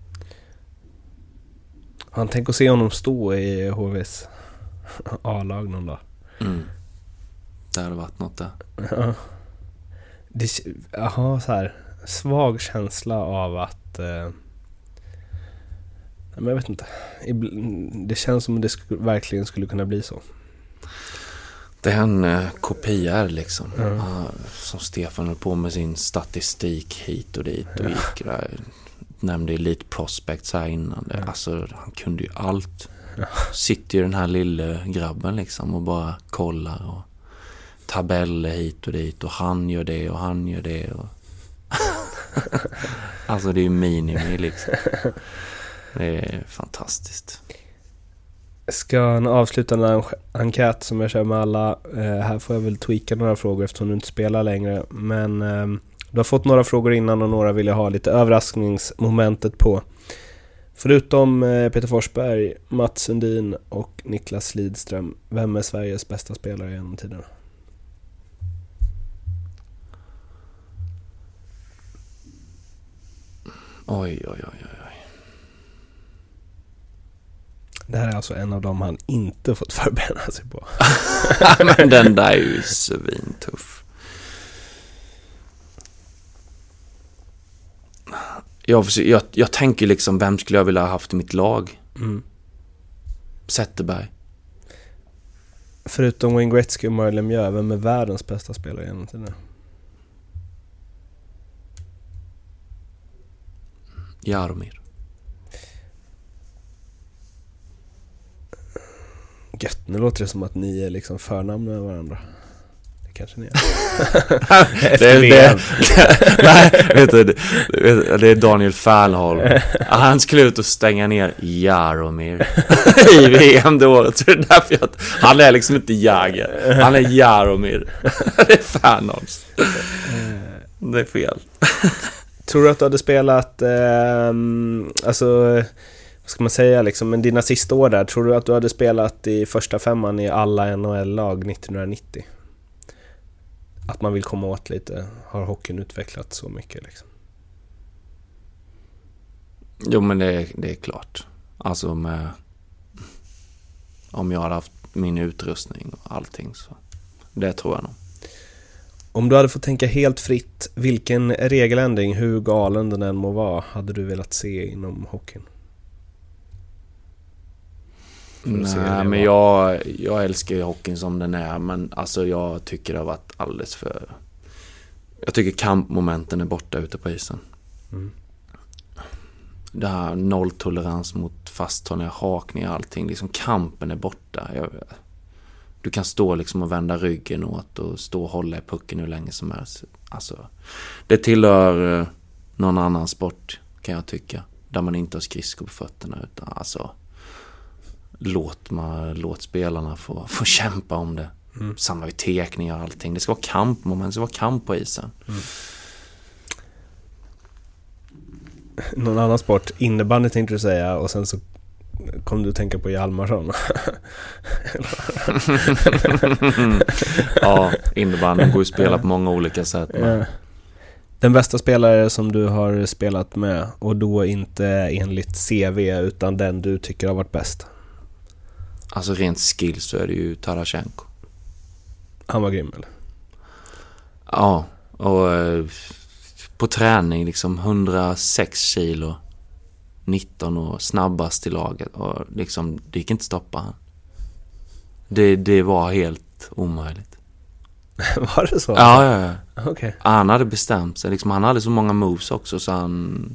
Han tänker att se honom stå i HVs A-lag någon dag. Det hade varit något där. Ja. Jag har så här svag känsla av att men jag vet inte. Det känns som att det verkligen skulle kunna bli så. Det är en kopia liksom. Som Stefan höll på med sin statistik hit och dit och gick där. Nämnde Elite Prospects här innan det. Alltså han kunde ju allt. Sitter ju den här lilla grabben liksom och bara kollar och tabeller hit och dit och han gör det och han gör det och alltså det är ju minimi liksom. Det är fantastiskt. Ska en avslutande enkät som jag kör med alla. Här får jag väl tweaka några frågor eftersom du inte spelar längre. Men du har fått några frågor innan och några vill jag ha lite överraskningsmomentet på. Förutom Peter Forsberg, Mats Sundin och Niklas Lidström, vem är Sveriges bästa spelare genom tiderna? Oj. Det här är alltså en av dem han inte fått förbereda sig på. Men den där är ju svintuff. Jag tänker liksom, vem skulle jag vilja ha haft i mitt lag? Zetterberg. Förutom Wayne Gretzky och Mario Lemieux, vem är världens bästa spelare genom tiden? Jaromir. Gött, nu låter det som att ni är liksom förnamn med varandra. Det kanske ni är. Nej, vet du, det är Daniel Fernholm. Han skulle ut och stänga ner Jaromir i VM det året. Så det är därför han är liksom inte Jäger. Han är Jaromir. Det är Fernholms. Det är fel. Tror du att du hade spelat alltså, vad ska man säga liksom, men dina sista år där, tror du att du hade spelat i första femman i alla NHL-lag 1990? Att man vill komma åt lite, har hockeyn utvecklats så mycket liksom? Jo, men det är klart. Alltså om jag hade haft min utrustning och allting, så det tror jag nog. Om du hade fått tänka helt fritt, vilken regeländring, hur galen den än må vara, hade du velat se inom hockeyn? Nej, men jag älskar ju hockeyn som den är, men alltså jag tycker det har varit alldeles för... Jag tycker kampmomenten är borta ute på isen. Det här nolltolerans mot fasthållning, hakning och allting, liksom kampen är borta. Du kan stå liksom och vända ryggen åt och stå och hålla i pucken hur länge som helst. Alltså, det tillhör någon annan sport, kan jag tycka, där man inte har skridskor på fötterna, utan alltså låt spelarna få kämpa om det. Samma vid tekningar och allting. Det ska vara kampmoment, det ska vara kamp på isen. Någon annan sport, innebandy tänkte du säga, och sen så kom du att tänka på Hjalmarsson. Ja, innebandy går ju att spela på många olika sätt. Men... Den bästa spelare som du har spelat med, och då inte enligt CV utan den du tycker har varit bäst? Alltså rent skill så är det ju Tarashenko. Han var grym, eller? Ja, och på träning liksom 106 kilo, 19 år, snabbast i laget, och liksom det gick inte stoppa han. Det var helt omöjligt. Var det så? Ja. Okay. Han hade bestämt sig liksom, han hade så många moves också, så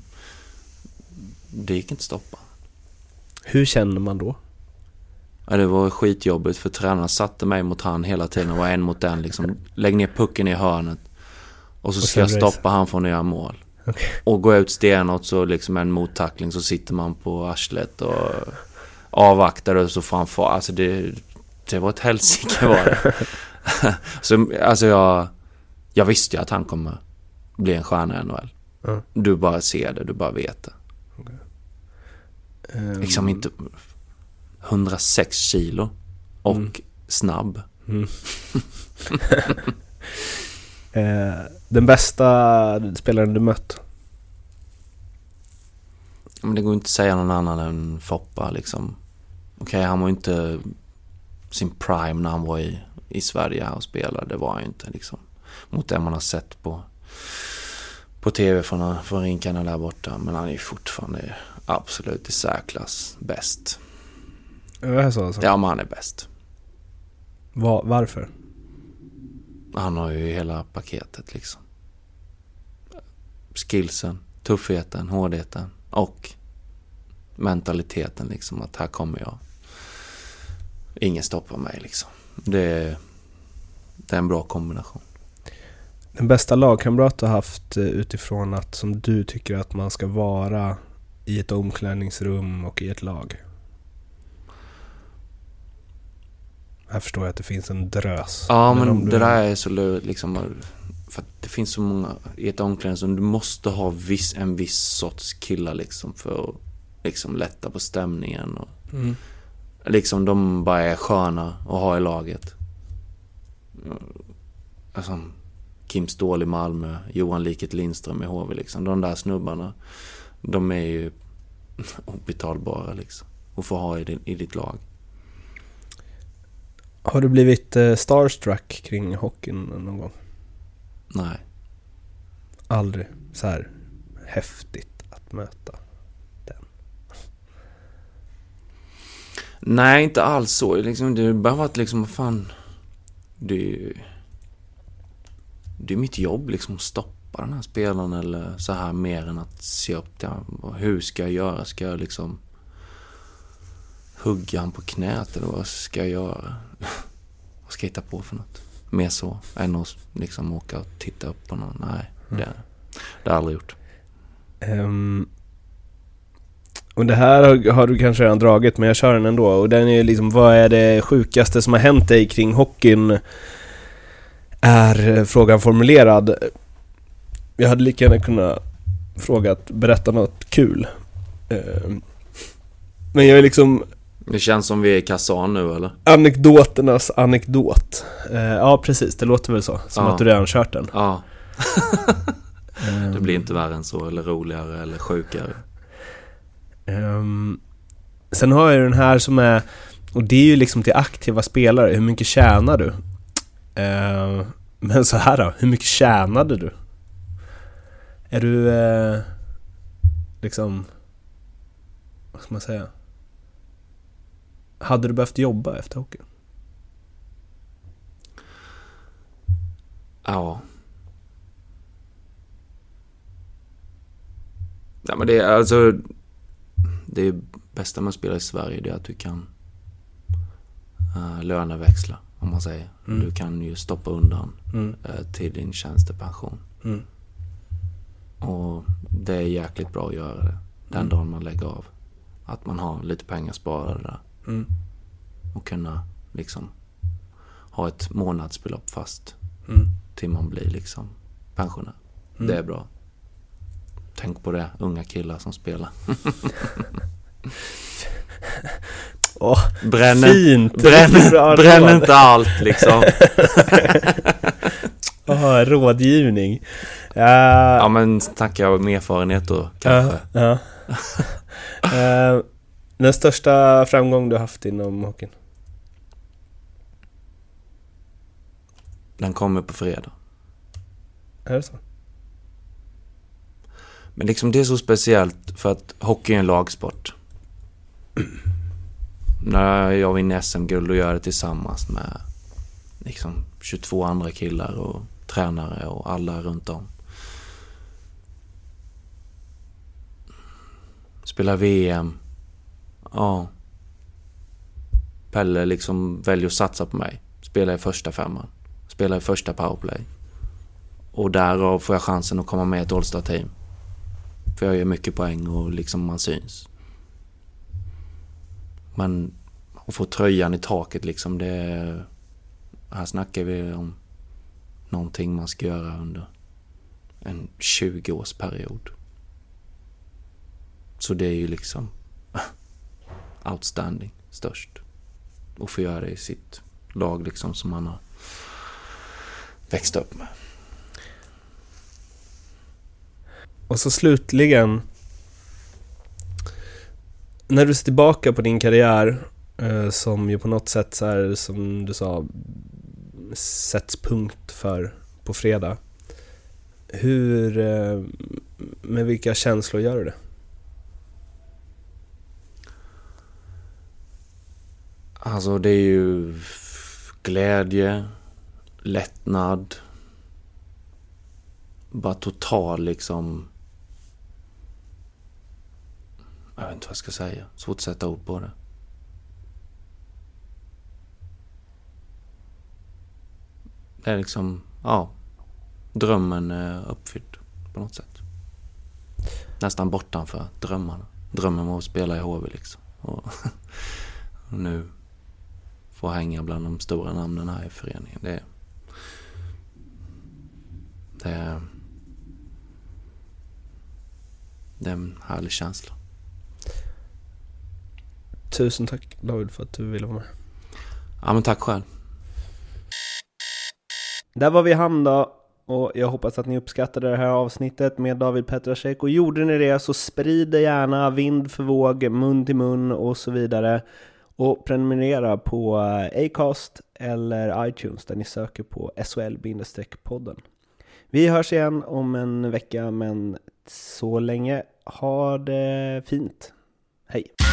det gick inte stoppa. Hur känner man då? Ja, det var skitjobbigt, för tränarna satte mig mot han hela tiden och var en mot en liksom. Lägg ner pucken i hörnet och så ska jag stoppa han från att göra mål. Okay. Och gå ut stenåt, så liksom en mottackling, så sitter man på arslet och avvaktar, och så får han få, alltså det var ett helsike var det. Så alltså jag visste ju att han kommer bli en stjärna i NHL. Du bara ser det, du bara vet det. Liksom inte 106 kilo och snabb. Den bästa spelaren du mött? Men det går inte att säga någon annan än Foppa liksom. Okej, han var inte sin prime när han var i Sverige här och spelade. Det var han ju inte liksom. Mot det man har sett på tv från rinkarna där borta. Men han är ju fortfarande absolut i särklass bäst. Ja, men han är bäst. Varför? Han har ju hela paketet liksom. Skillsen, tuffheten, hårdheten och mentaliteten liksom, att här kommer jag. Ingen stoppar mig liksom. Det är en bra kombination. Den bästa lagkamrat du har haft utifrån att som du tycker att man ska vara i ett omklädningsrum och i ett lag? Här förstår jag att det finns en drös. Ja, men det där är så lurigt liksom, för att det finns så många i ett omklädningsrum. Du måste ha en viss sorts killar liksom för att liksom lätta på stämningen och liksom de bara är sköna att ha i laget. Alltså Kim Ståhl i Malmö, Johan Liket Lindström i HV liksom. De där snubbarna, de är ju obetalbara liksom att få ha i ditt lag. Har du blivit starstruck kring hockeyn någon gång? Nej. Aldrig. Så här häftigt att möta den. Nej, inte alls så. Liksom, det har bara varit liksom, fan, det är mitt jobb liksom att stoppa den här spelaren eller så här, mer än att se upp det. Hur ska jag göra? Ska jag liksom hugga han på knät eller vad ska jag göra? Vad ska jag hitta på för något? Mer så än att liksom åka och titta upp på någon. Nej, det har jag aldrig gjort. Och det här har du kanske redan dragit, men jag kör den ändå. Och den är liksom, vad är det sjukaste som har hänt dig kring hockeyn? Är frågan formulerad. Jag hade lika gärna kunnat berätta något kul. Men jag är liksom... Det känns som vi är i Kazan nu, eller? Anekdoternas anekdot. Ja, precis. Det låter väl så. Som att du redan kört den. Ja. Det blir inte värre än så, eller roligare, eller sjukare. Sen har jag den här som är... Och det är ju liksom till aktiva spelare. Hur mycket tjänar du? Men så här då. Hur mycket tjänade du? Är du... liksom... Vad ska man säga? Hade du behövt jobba efter hockey? Ja. Ja, men det är alltså... Det bästa med att spela i Sverige, det är att du kan löneväxla, om man säger. Du kan ju stoppa undan till din tjänstepension. Och det är jäkligt bra att göra det den dagen man lägger av. Att man har lite pengar sparade där. Och kunna liksom ha ett månadsbelopp fast till man blir liksom pensionär. Det är bra. Tänk på det, unga killar som spelar. Fint! Bränn inte allt liksom. Rådgivning. Ja, men tackar jag med erfarenhet då kanske. Den största framgång du haft inom hockeyn? Den kommer på fredag. Är det så? Men liksom det är så speciellt för att hockey är en lagsport. När jag vinner SM-guld och gör det tillsammans med liksom 22 andra killar och tränare och alla runt om. Spelar VM. Ja. Pelle liksom väljer att satsa på mig. Spelar i första femman. Spelar i första powerplay. Och därav får jag chansen att komma med i ett All-Star-team. För jag gör mycket poäng och liksom man syns. Men att få tröjan i taket liksom, det är... Här snackar vi om någonting man ska göra under en 20-årsperiod. Så det är ju liksom outstanding, störst. Och få göra det i sitt lag liksom som man har växt upp med. Och så slutligen, när du ser tillbaka på din karriär som ju på något sätt så här, som du sa, sätts punkt för på fredag. Med vilka känslor gör du det? Alltså det är ju glädje, lättnad, bara total liksom, jag vet inte vad jag ska säga, svårt att sätta ord på det. Det är liksom, ja, drömmen är uppfylld på något sätt. Nästan bortanför drömmarna. Drömmen var att spela i HV liksom. Och nu få hänga bland de stora namnen här i föreningen. Det är en härlig känsla. Tusen tack David för att du ville vara med. Ja, men tack själv. Där var vi hamn då, och jag hoppas att ni uppskattade det här avsnittet med David Petrasek, och gjorde ni det så sprid det gärna vind för våg, mun till mun och så vidare, och prenumerera på Acast eller iTunes där ni söker på SHL-podden. Vi hörs igen om en vecka, men så länge, ha det fint. Hej!